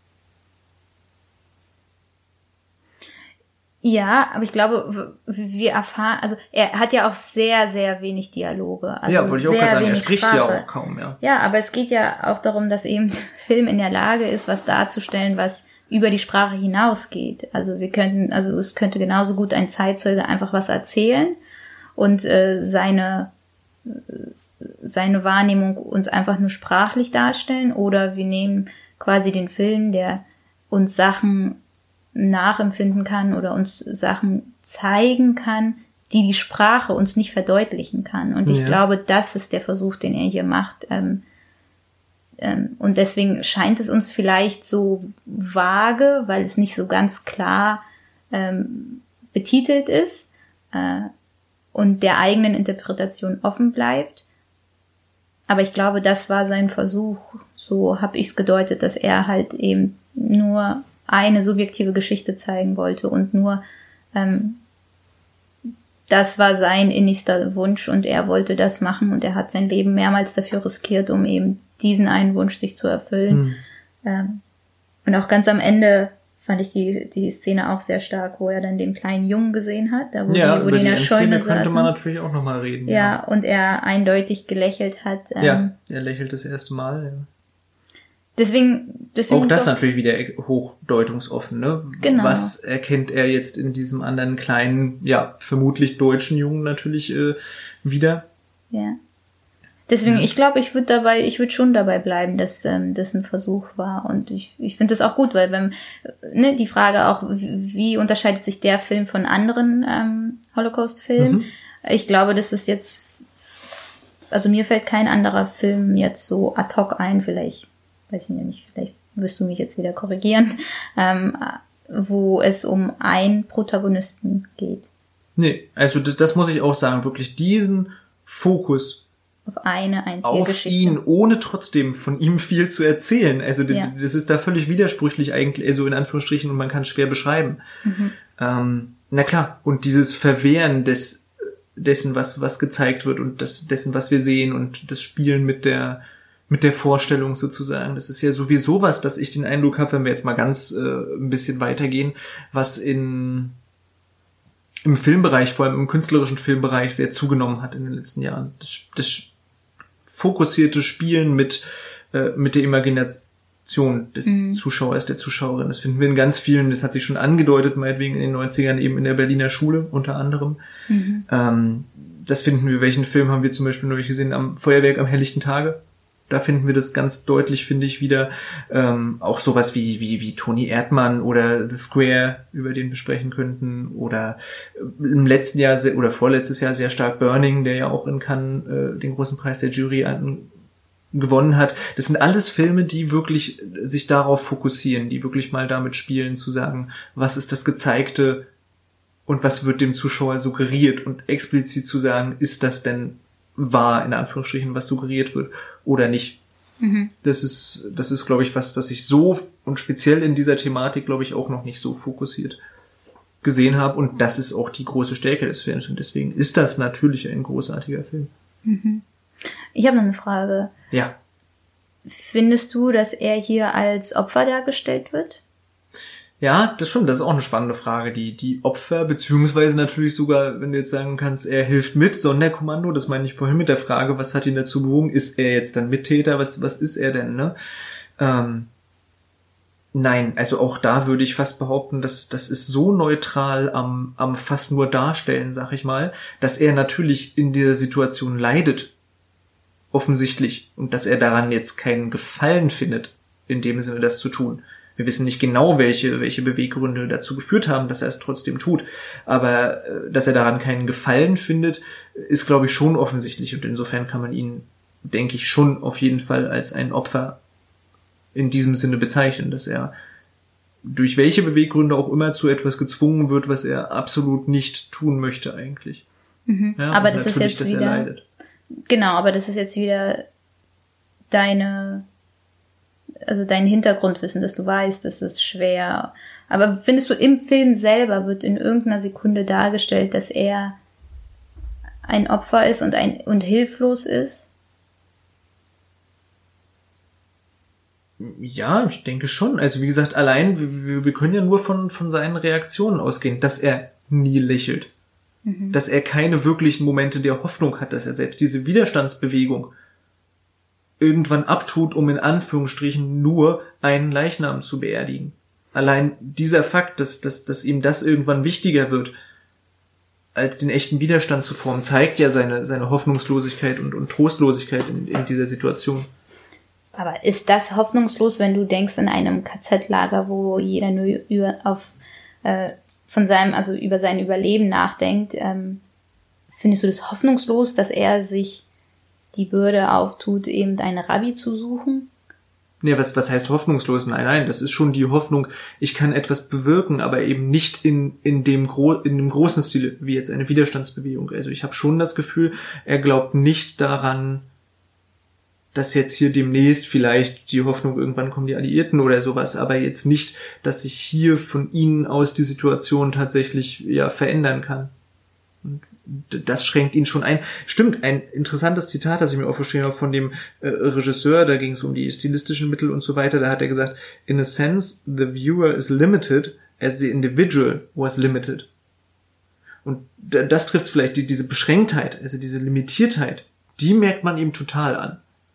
Ja, aber ich glaube, wir erfahren, also er hat ja auch sehr, sehr wenig Dialoge. Also ja, wollte ich auch gerade sagen, er spricht Sprache. ja auch kaum, ja. Ja, aber es geht ja auch darum, dass eben der Film in der Lage ist, was darzustellen, was über die Sprache hinausgeht. Also wir könnten, also es könnte genauso gut ein Zeitzeuge einfach was erzählen und äh, seine seine Wahrnehmung uns einfach nur sprachlich darstellen, oder wir nehmen quasi den Film, der uns Sachen nachempfinden kann oder uns Sachen zeigen kann, die die Sprache uns nicht verdeutlichen kann. Und ich ja. glaube, das ist der Versuch, den er hier macht. Ähm, ähm, und deswegen scheint es uns vielleicht so vage, weil es nicht so ganz klar ähm, betitelt ist äh, und der eigenen Interpretation offen bleibt. Aber ich glaube, das war sein Versuch. So habe ich es gedeutet, dass er halt eben nur eine subjektive Geschichte zeigen wollte und nur ähm, das war sein innigster Wunsch und er wollte das machen und er hat sein Leben mehrmals dafür riskiert, um eben diesen einen Wunsch sich zu erfüllen. Mhm. Ähm, und auch ganz am Ende fand ich die die Szene auch sehr stark, wo er dann den kleinen Jungen gesehen hat, da wo ja, die, wo über die in der die Scheune Szene könnte saßen. man natürlich auch nochmal reden. Ja, ja, und er eindeutig gelächelt hat. Ähm, ja, er lächelt das erste Mal, ja. Deswegen, deswegen auch das doch, natürlich wieder hochdeutungsoffen, ne? Genau. Was erkennt er jetzt in diesem anderen kleinen, ja, vermutlich deutschen Jungen natürlich äh, wieder? Ja. Deswegen, ja. ich glaube, ich würde dabei, ich würde schon dabei bleiben, dass ähm, das ein Versuch war. Und ich, ich finde das auch gut, weil wenn, ne, die Frage auch, wie, wie unterscheidet sich der Film von anderen ähm, Holocaust-Filmen? Mhm. Ich glaube, das ist jetzt, also mir fällt kein anderer Film jetzt so ad hoc ein, vielleicht. Weiß ich ja nicht, vielleicht wirst du mich jetzt wieder korrigieren, ähm, wo es um einen Protagonisten geht. Nee, also das, das muss ich auch sagen, wirklich diesen Fokus auf eine einzige auf Geschichte. ihn, ohne trotzdem von ihm viel zu erzählen. Also Ja. d- das ist da völlig widersprüchlich eigentlich, also in Anführungsstrichen, und man kann es schwer beschreiben. Mhm. Ähm, na klar, und dieses Verwehren des dessen, was was gezeigt wird und das dessen, was wir sehen und das Spielen mit der mit der Vorstellung sozusagen. Das ist ja sowieso was, dass ich den Eindruck habe, wenn wir jetzt mal ganz äh, ein bisschen weitergehen, was in im Filmbereich, vor allem im künstlerischen Filmbereich, sehr zugenommen hat in den letzten Jahren. Das, das fokussierte Spielen mit äh, mit der Imagination des Mhm. Zuschauers, der Zuschauerin. Das finden wir in ganz vielen, das hat sich schon angedeutet, meinetwegen in den neunzigern eben in der Berliner Schule unter anderem. Mhm. Ähm, das finden wir, welchen Film haben wir zum Beispiel neulich gesehen, am Feuerwerk am helllichten Tage. Da finden wir das ganz deutlich, finde ich, wieder. Ähm, auch sowas wie, wie, wie Toni Erdmann oder The Square, über den wir sprechen könnten. Oder äh, im letzten Jahr sehr, oder vorletztes Jahr sehr stark Burning, der ja auch in Cannes äh, den großen Preis der Jury an, gewonnen hat. Das sind alles Filme, die wirklich sich darauf fokussieren, die wirklich mal damit spielen, zu sagen, was ist das Gezeigte und was wird dem Zuschauer suggeriert und explizit zu sagen, ist das denn wahr, in Anführungsstrichen, was suggeriert wird oder nicht. Mhm. Das ist, das ist, glaube ich, was, das ich so und speziell in dieser Thematik, glaube ich, auch noch nicht so fokussiert gesehen habe. Und das ist auch die große Stärke des Films. Und deswegen ist das natürlich ein großartiger Film. Ich habe noch eine Frage. Ja. Findest du, dass er hier als Opfer dargestellt wird? Ja, das stimmt, das ist auch eine spannende Frage. Die, die Opfer, beziehungsweise natürlich sogar, wenn du jetzt sagen kannst, er hilft mit, Sonderkommando, das meine ich vorhin mit der Frage, was hat ihn dazu bewogen? Ist er jetzt dann Mittäter? Was, was ist er denn, ne? Ähm, nein, also auch da würde ich fast behaupten, dass das ist so neutral am, am fast nur Darstellen, sag ich mal, dass er natürlich in dieser Situation leidet. Offensichtlich. Und dass er daran jetzt keinen Gefallen findet, in dem Sinne das zu tun. Wir wissen nicht genau, welche, welche Beweggründe dazu geführt haben, dass er es trotzdem tut. Aber äh, dass er daran keinen Gefallen findet, ist, glaube ich, schon offensichtlich. Und insofern kann man ihn, denke ich, schon auf jeden Fall als ein Opfer in diesem Sinne bezeichnen, dass er durch welche Beweggründe auch immer zu etwas gezwungen wird, was er absolut nicht tun möchte eigentlich. Mhm. Ja, Aber und das ist natürlich, jetzt dass er wieder, leidet. genau, aber das ist jetzt wieder deine, also dein Hintergrundwissen, dass du weißt, das ist schwer. Aber findest du, im Film selber wird in irgendeiner Sekunde dargestellt, dass er ein Opfer ist und ein und hilflos ist? Ja, ich denke schon. Also wie gesagt, allein, wir, wir können ja nur von, von seinen Reaktionen ausgehen, dass er nie lächelt. Mhm. Dass er keine wirklichen Momente der Hoffnung hat, dass er selbst diese Widerstandsbewegung irgendwann abtut, um in Anführungsstrichen nur einen Leichnam zu beerdigen. Allein dieser Fakt, dass, dass, dass ihm das irgendwann wichtiger wird, als den echten Widerstand zu formen, zeigt ja seine, seine Hoffnungslosigkeit und, und Trostlosigkeit in, in dieser Situation. Aber ist das hoffnungslos, wenn du denkst in einem K Z-Lager, wo jeder nur über, auf, äh, von seinem, also über sein Überleben nachdenkt? Ähm, findest du das hoffnungslos, dass er sich die Bürde auftut, eben einen Rabbi zu suchen? Nee, was, was heißt hoffnungslos? Nein, nein, das ist schon die Hoffnung, ich kann etwas bewirken, aber eben nicht in, in dem Gro- in dem großen Stil, wie jetzt eine Widerstandsbewegung. Also ich habe schon das Gefühl, er glaubt nicht daran, dass jetzt hier demnächst vielleicht die Hoffnung, irgendwann kommen die Alliierten oder sowas, aber jetzt nicht, dass sich hier von ihnen aus die Situation tatsächlich ja verändern kann. Und das schränkt ihn schon ein. Stimmt, ein interessantes Zitat, das ich mir aufgeschrieben habe von dem äh, Regisseur, da ging es um die stilistischen Mittel und so weiter, da hat er gesagt, in a sense, the viewer is limited as the individual was limited. Und das trifft vielleicht, die, diese Beschränktheit, also diese Limitiertheit, die merkt man ihm total an.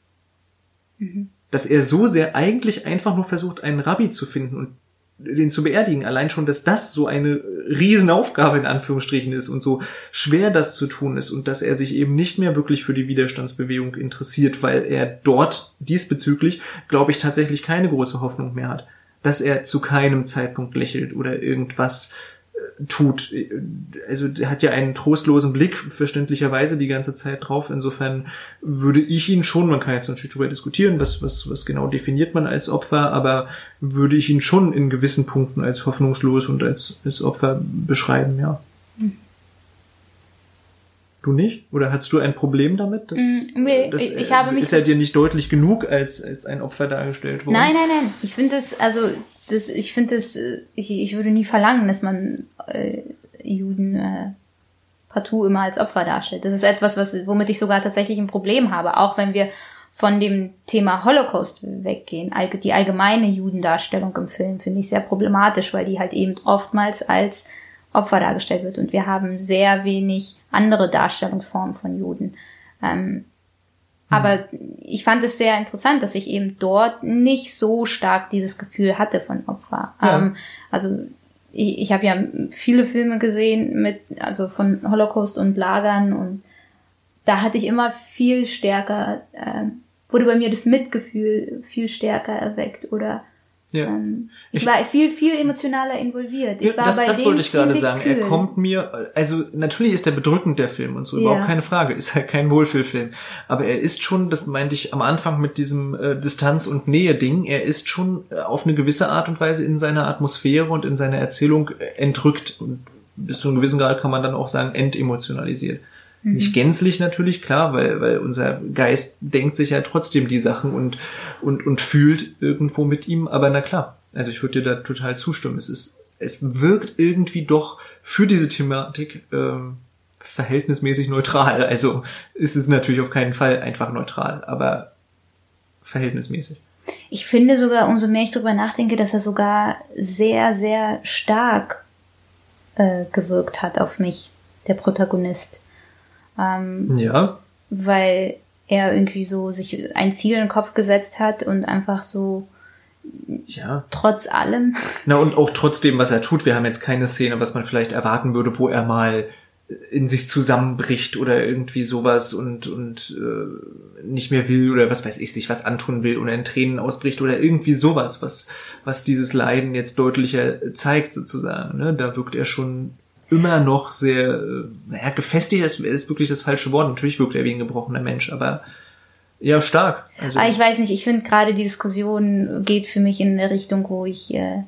Mhm. Dass er so sehr eigentlich einfach nur versucht, einen Rabbi zu finden und den zu beerdigen. Allein schon, dass das so eine Riesenaufgabe in Anführungsstrichen ist und so schwer das zu tun ist und dass er sich eben nicht mehr wirklich für die Widerstandsbewegung interessiert, weil er dort diesbezüglich, glaube ich, tatsächlich keine große Hoffnung mehr hat. Dass er zu keinem Zeitpunkt lächelt oder irgendwas tut. Also er hat ja einen trostlosen Blick verständlicherweise die ganze Zeit drauf. Insofern würde ich ihn schon, man kann jetzt natürlich darüber diskutieren, was, was, was genau definiert man als Opfer, aber würde ich ihn schon in gewissen Punkten als hoffnungslos und als, als Opfer beschreiben, ja. Du nicht? Oder hast du ein Problem damit? Das, Mm, nee, das ich, ich habe mich ist ja dir nicht deutlich genug als als ein Opfer dargestellt worden. Nein, nein, nein. Ich finde das, also das, ich finde das, ich, ich würde nie verlangen, dass man äh, Juden äh, partout immer als Opfer darstellt. Das ist etwas, was womit ich sogar tatsächlich ein Problem habe, auch wenn wir von dem Thema Holocaust weggehen. Allg- Die allgemeine Judendarstellung im Film finde ich sehr problematisch, weil die halt eben oftmals als Opfer dargestellt wird. Und wir haben sehr wenig andere Darstellungsformen von Juden. Ähm, aber ich fand es sehr interessant, dass ich eben dort nicht so stark dieses Gefühl hatte von Opfer. Ja. Ähm, also ich, ich habe ja viele Filme gesehen mit, also von Holocaust und Lagern, und da hatte ich immer viel stärker, äh, wurde bei mir das Mitgefühl viel stärker erweckt, oder Ja. ähm, ich, Ich- war viel, viel emotionaler involviert. Ich Ja, war das bei das dem wollte ich gerade ziemlich sagen. kühl. Er kommt mir, also natürlich ist er bedrückend, der Film, und so, Ja. überhaupt keine Frage. Ist halt kein Wohlfühlfilm. Aber er ist schon, das meinte ich am Anfang mit diesem äh, Distanz- und Nähe-Ding, er ist schon äh, auf eine gewisse Art und Weise in seiner Atmosphäre und in seiner Erzählung äh, entrückt. Und bis zu einem gewissen Grad kann man dann auch sagen, entemotionalisiert. Nicht gänzlich natürlich, klar, weil, weil unser Geist denkt sich ja trotzdem die Sachen und, und, und fühlt irgendwo mit ihm, aber na klar. Also ich würde dir da total zustimmen. Es ist, es wirkt irgendwie doch für diese Thematik, ähm, verhältnismäßig neutral. Also ist es natürlich auf keinen Fall einfach neutral, aber verhältnismäßig. Ich finde sogar, umso mehr ich drüber nachdenke, dass er sogar sehr, sehr stark äh, gewirkt hat auf mich, der Protagonist. Ähm, Ja. weil er irgendwie so sich ein Ziel in den Kopf gesetzt hat und einfach so Ja. trotz allem. Na, und auch trotzdem, was er tut. Wir haben jetzt keine Szene, was man vielleicht erwarten würde, wo er mal in sich zusammenbricht oder irgendwie sowas und und äh, nicht mehr will oder was weiß ich, sich was antun will oder in Tränen ausbricht oder irgendwie sowas, was was dieses Leiden jetzt deutlicher zeigt sozusagen. Ne? Da wirkt er schon immer noch sehr, äh, naja, gefestigt ist, ist wirklich das falsche Wort. Natürlich wirkt er wie ein gebrochener Mensch, aber ja, stark. Also, Aber ich weiß nicht, ich finde gerade die Diskussion geht für mich in eine Richtung, wo ich äh,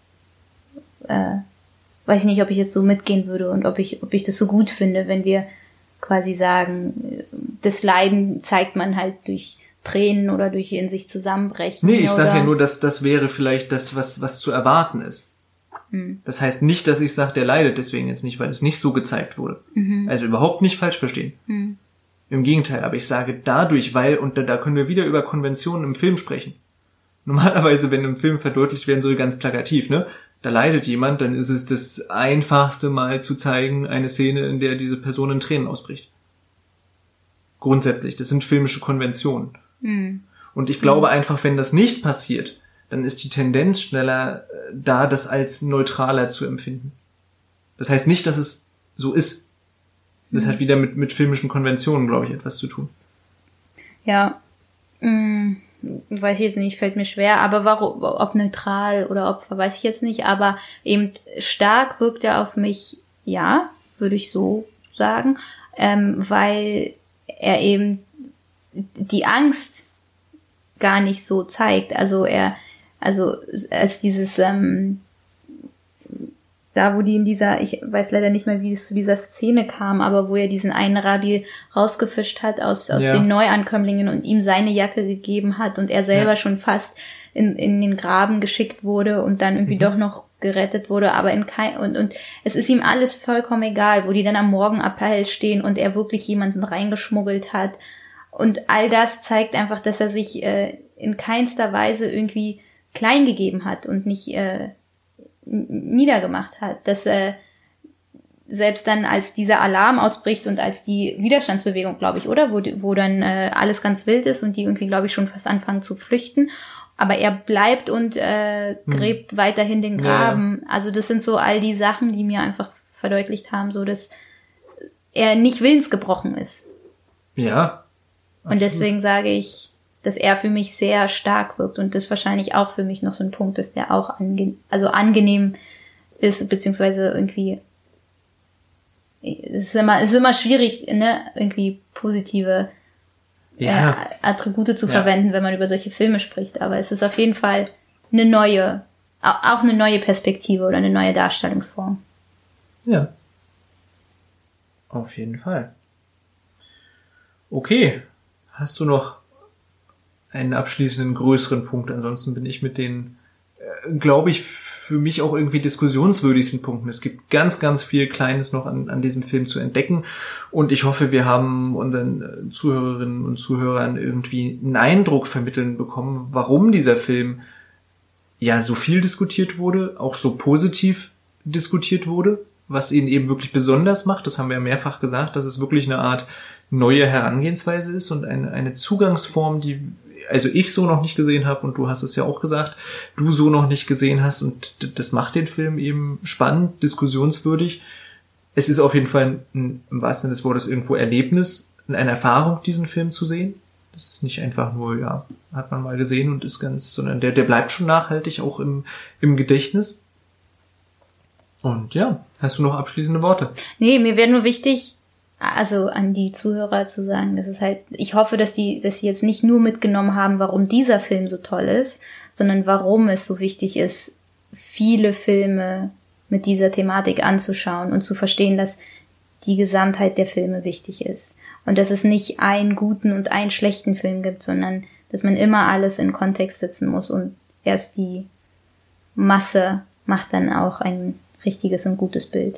äh, weiß nicht, ob ich jetzt so mitgehen würde und ob ich, ob ich das so gut finde, wenn wir quasi sagen, das Leiden zeigt man halt durch Tränen oder durch in sich zusammenbrechen. nee, ich sage oder- ja nur, dass das wäre vielleicht das, was was zu erwarten ist. Hm. Das heißt nicht, dass ich sage, der leidet deswegen jetzt nicht, weil es nicht so gezeigt wurde. Mhm. Also überhaupt nicht falsch verstehen. Hm. Im Gegenteil, aber ich sage dadurch, weil, und da, da können wir wieder über Konventionen im Film sprechen. Normalerweise, wenn im Film verdeutlicht werden soll, ganz plakativ, ne? Da leidet jemand, dann ist es das einfachste Mal zu zeigen, eine Szene, in der diese Person in Tränen ausbricht. Grundsätzlich, das sind filmische Konventionen. Hm. Und ich glaube einfach, wenn das nicht passiert, dann ist die Tendenz schneller äh, da, das als neutraler zu empfinden. Das heißt nicht, dass es so ist. Das hat wieder mit, mit filmischen Konventionen, glaube ich, etwas zu tun. Ja, mh, weiß ich jetzt nicht, fällt mir schwer, aber warum, ob neutral oder Opfer, weiß ich jetzt nicht, aber eben stark wirkt er auf mich, ja, würde ich so sagen, ähm, weil er eben die Angst gar nicht so zeigt, also er, also als dieses, ähm, da wo die in dieser, ich weiß leider nicht mehr, wie es zu dieser Szene kam, aber wo er diesen einen Rabbi rausgefischt hat aus, aus Ja. den Neuankömmlingen und ihm seine Jacke gegeben hat und er selber Ja. schon fast in, in den Graben geschickt wurde und dann irgendwie Mhm. doch noch gerettet wurde, aber in kein, und, und es ist ihm alles vollkommen egal, wo die dann am Morgenappell stehen und er wirklich jemanden reingeschmuggelt hat. Und all das zeigt einfach, dass er sich äh, in keinster Weise irgendwie klein gegeben hat und nicht äh, niedergemacht hat, dass äh, selbst dann, als dieser Alarm ausbricht und als die Widerstandsbewegung, glaube ich, oder? Wo, wo dann äh, alles ganz wild ist und die irgendwie, glaube ich, schon fast anfangen zu flüchten. Aber er bleibt und äh, gräbt hm. weiterhin den Graben. Ja. Also das sind so all die Sachen, die mir einfach verdeutlicht haben, so dass er nicht willensgebrochen ist. Ja. Absolut. Und deswegen sage ich, dass er für mich sehr stark wirkt und das wahrscheinlich auch für mich noch so ein Punkt ist, der auch ange- also angenehm ist, beziehungsweise irgendwie es ist immer, es ist immer schwierig, ne, irgendwie positive ja. äh, Attribute zu ja. verwenden, wenn man über solche Filme spricht, aber es ist auf jeden Fall eine neue, auch eine neue Perspektive oder eine neue Darstellungsform. Ja. Auf jeden Fall. Okay, hast du noch einen abschließenden größeren Punkt? Ansonsten bin ich mit den, äh, glaube ich, für mich auch irgendwie diskussionswürdigsten Punkten. Es gibt ganz, ganz viel Kleines noch an, an diesem Film zu entdecken und ich hoffe, wir haben unseren Zuhörerinnen und Zuhörern irgendwie einen Eindruck vermitteln bekommen, warum dieser Film ja so viel diskutiert wurde, auch so positiv diskutiert wurde, was ihn eben wirklich besonders macht. Das haben wir ja mehrfach gesagt, dass es wirklich eine Art neue Herangehensweise ist und eine, eine Zugangsform, die also ich so noch nicht gesehen habe und du hast es ja auch gesagt, du so noch nicht gesehen hast und das macht den Film eben spannend, diskussionswürdig. Es ist auf jeden Fall ein, im wahrsten Sinne des Wortes irgendwo Erlebnis, eine Erfahrung, diesen Film zu sehen. Das ist nicht einfach nur, ja, hat man mal gesehen und ist ganz, sondern der, der bleibt schon nachhaltig auch im, im Gedächtnis. Und ja, hast du noch abschließende Worte? Nee, mir wäre nur wichtig, also an die Zuhörer zu sagen, dass es halt, ich hoffe, dass die, dass sie jetzt nicht nur mitgenommen haben, warum dieser Film so toll ist, sondern warum es so wichtig ist, viele Filme mit dieser Thematik anzuschauen und zu verstehen, dass die Gesamtheit der Filme wichtig ist. Und dass es nicht einen guten und einen schlechten Film gibt, sondern dass man immer alles in Kontext setzen muss und erst die Masse macht dann auch ein richtiges und gutes Bild.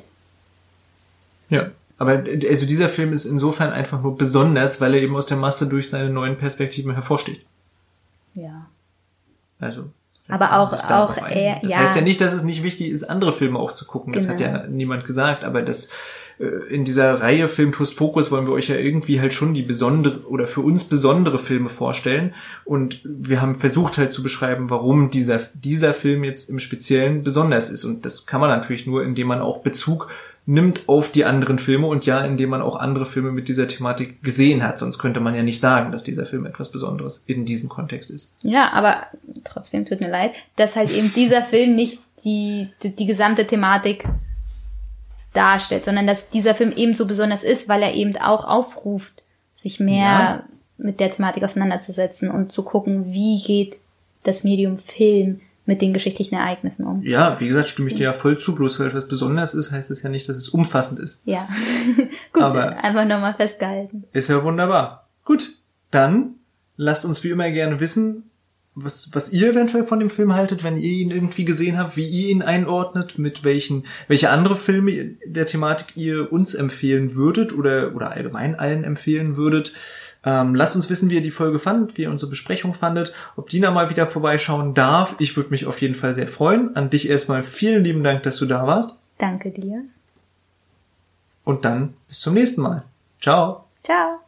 Ja. Aber also dieser Film ist insofern einfach nur besonders, weil er eben aus der Masse durch seine neuen Perspektiven hervorsticht. Ja. Also. Aber auch, auch er, Das ja. heißt ja nicht, dass es nicht wichtig ist, andere Filme auch zu gucken. Das Genau. hat ja niemand gesagt. Aber das, in dieser Reihe Film Toast Focus wollen wir euch ja irgendwie halt schon die besondere oder für uns besondere Filme vorstellen. Und wir haben versucht halt zu beschreiben, warum dieser, dieser Film jetzt im Speziellen besonders ist. Und das kann man natürlich nur, indem man auch Bezug nimmt auf die anderen Filme und ja, indem man auch andere Filme mit dieser Thematik gesehen hat. Sonst könnte man ja nicht sagen, dass dieser Film etwas Besonderes in diesem Kontext ist. Ja, aber trotzdem tut mir leid, dass halt eben dieser Film nicht die, die, die gesamte Thematik darstellt, sondern dass dieser Film eben so besonders ist, weil er eben auch aufruft, sich mehr ja. mit der Thematik auseinanderzusetzen und zu gucken, wie geht das Medium Film mit den geschichtlichen Ereignissen um. Ja, wie gesagt, stimme ich dir ja voll zu. Bloß weil etwas besonders ist, heißt es ja nicht, dass es umfassend ist. Ja, gut, aber einfach nochmal festgehalten. Ist ja wunderbar. Gut, dann lasst uns wie immer gerne wissen, was was ihr eventuell von dem Film haltet, wenn ihr ihn irgendwie gesehen habt, wie ihr ihn einordnet, mit welchen welche andere Filme der Thematik ihr uns empfehlen würdet oder oder allgemein allen empfehlen würdet. Ähm, lasst uns wissen, wie ihr die Folge fandet, wie ihr unsere Besprechung fandet, ob Dina mal wieder vorbeischauen darf. Ich würde mich auf jeden Fall sehr freuen. An dich erstmal vielen lieben Dank, dass du da warst. Danke dir. Und dann bis zum nächsten Mal. Ciao. Ciao.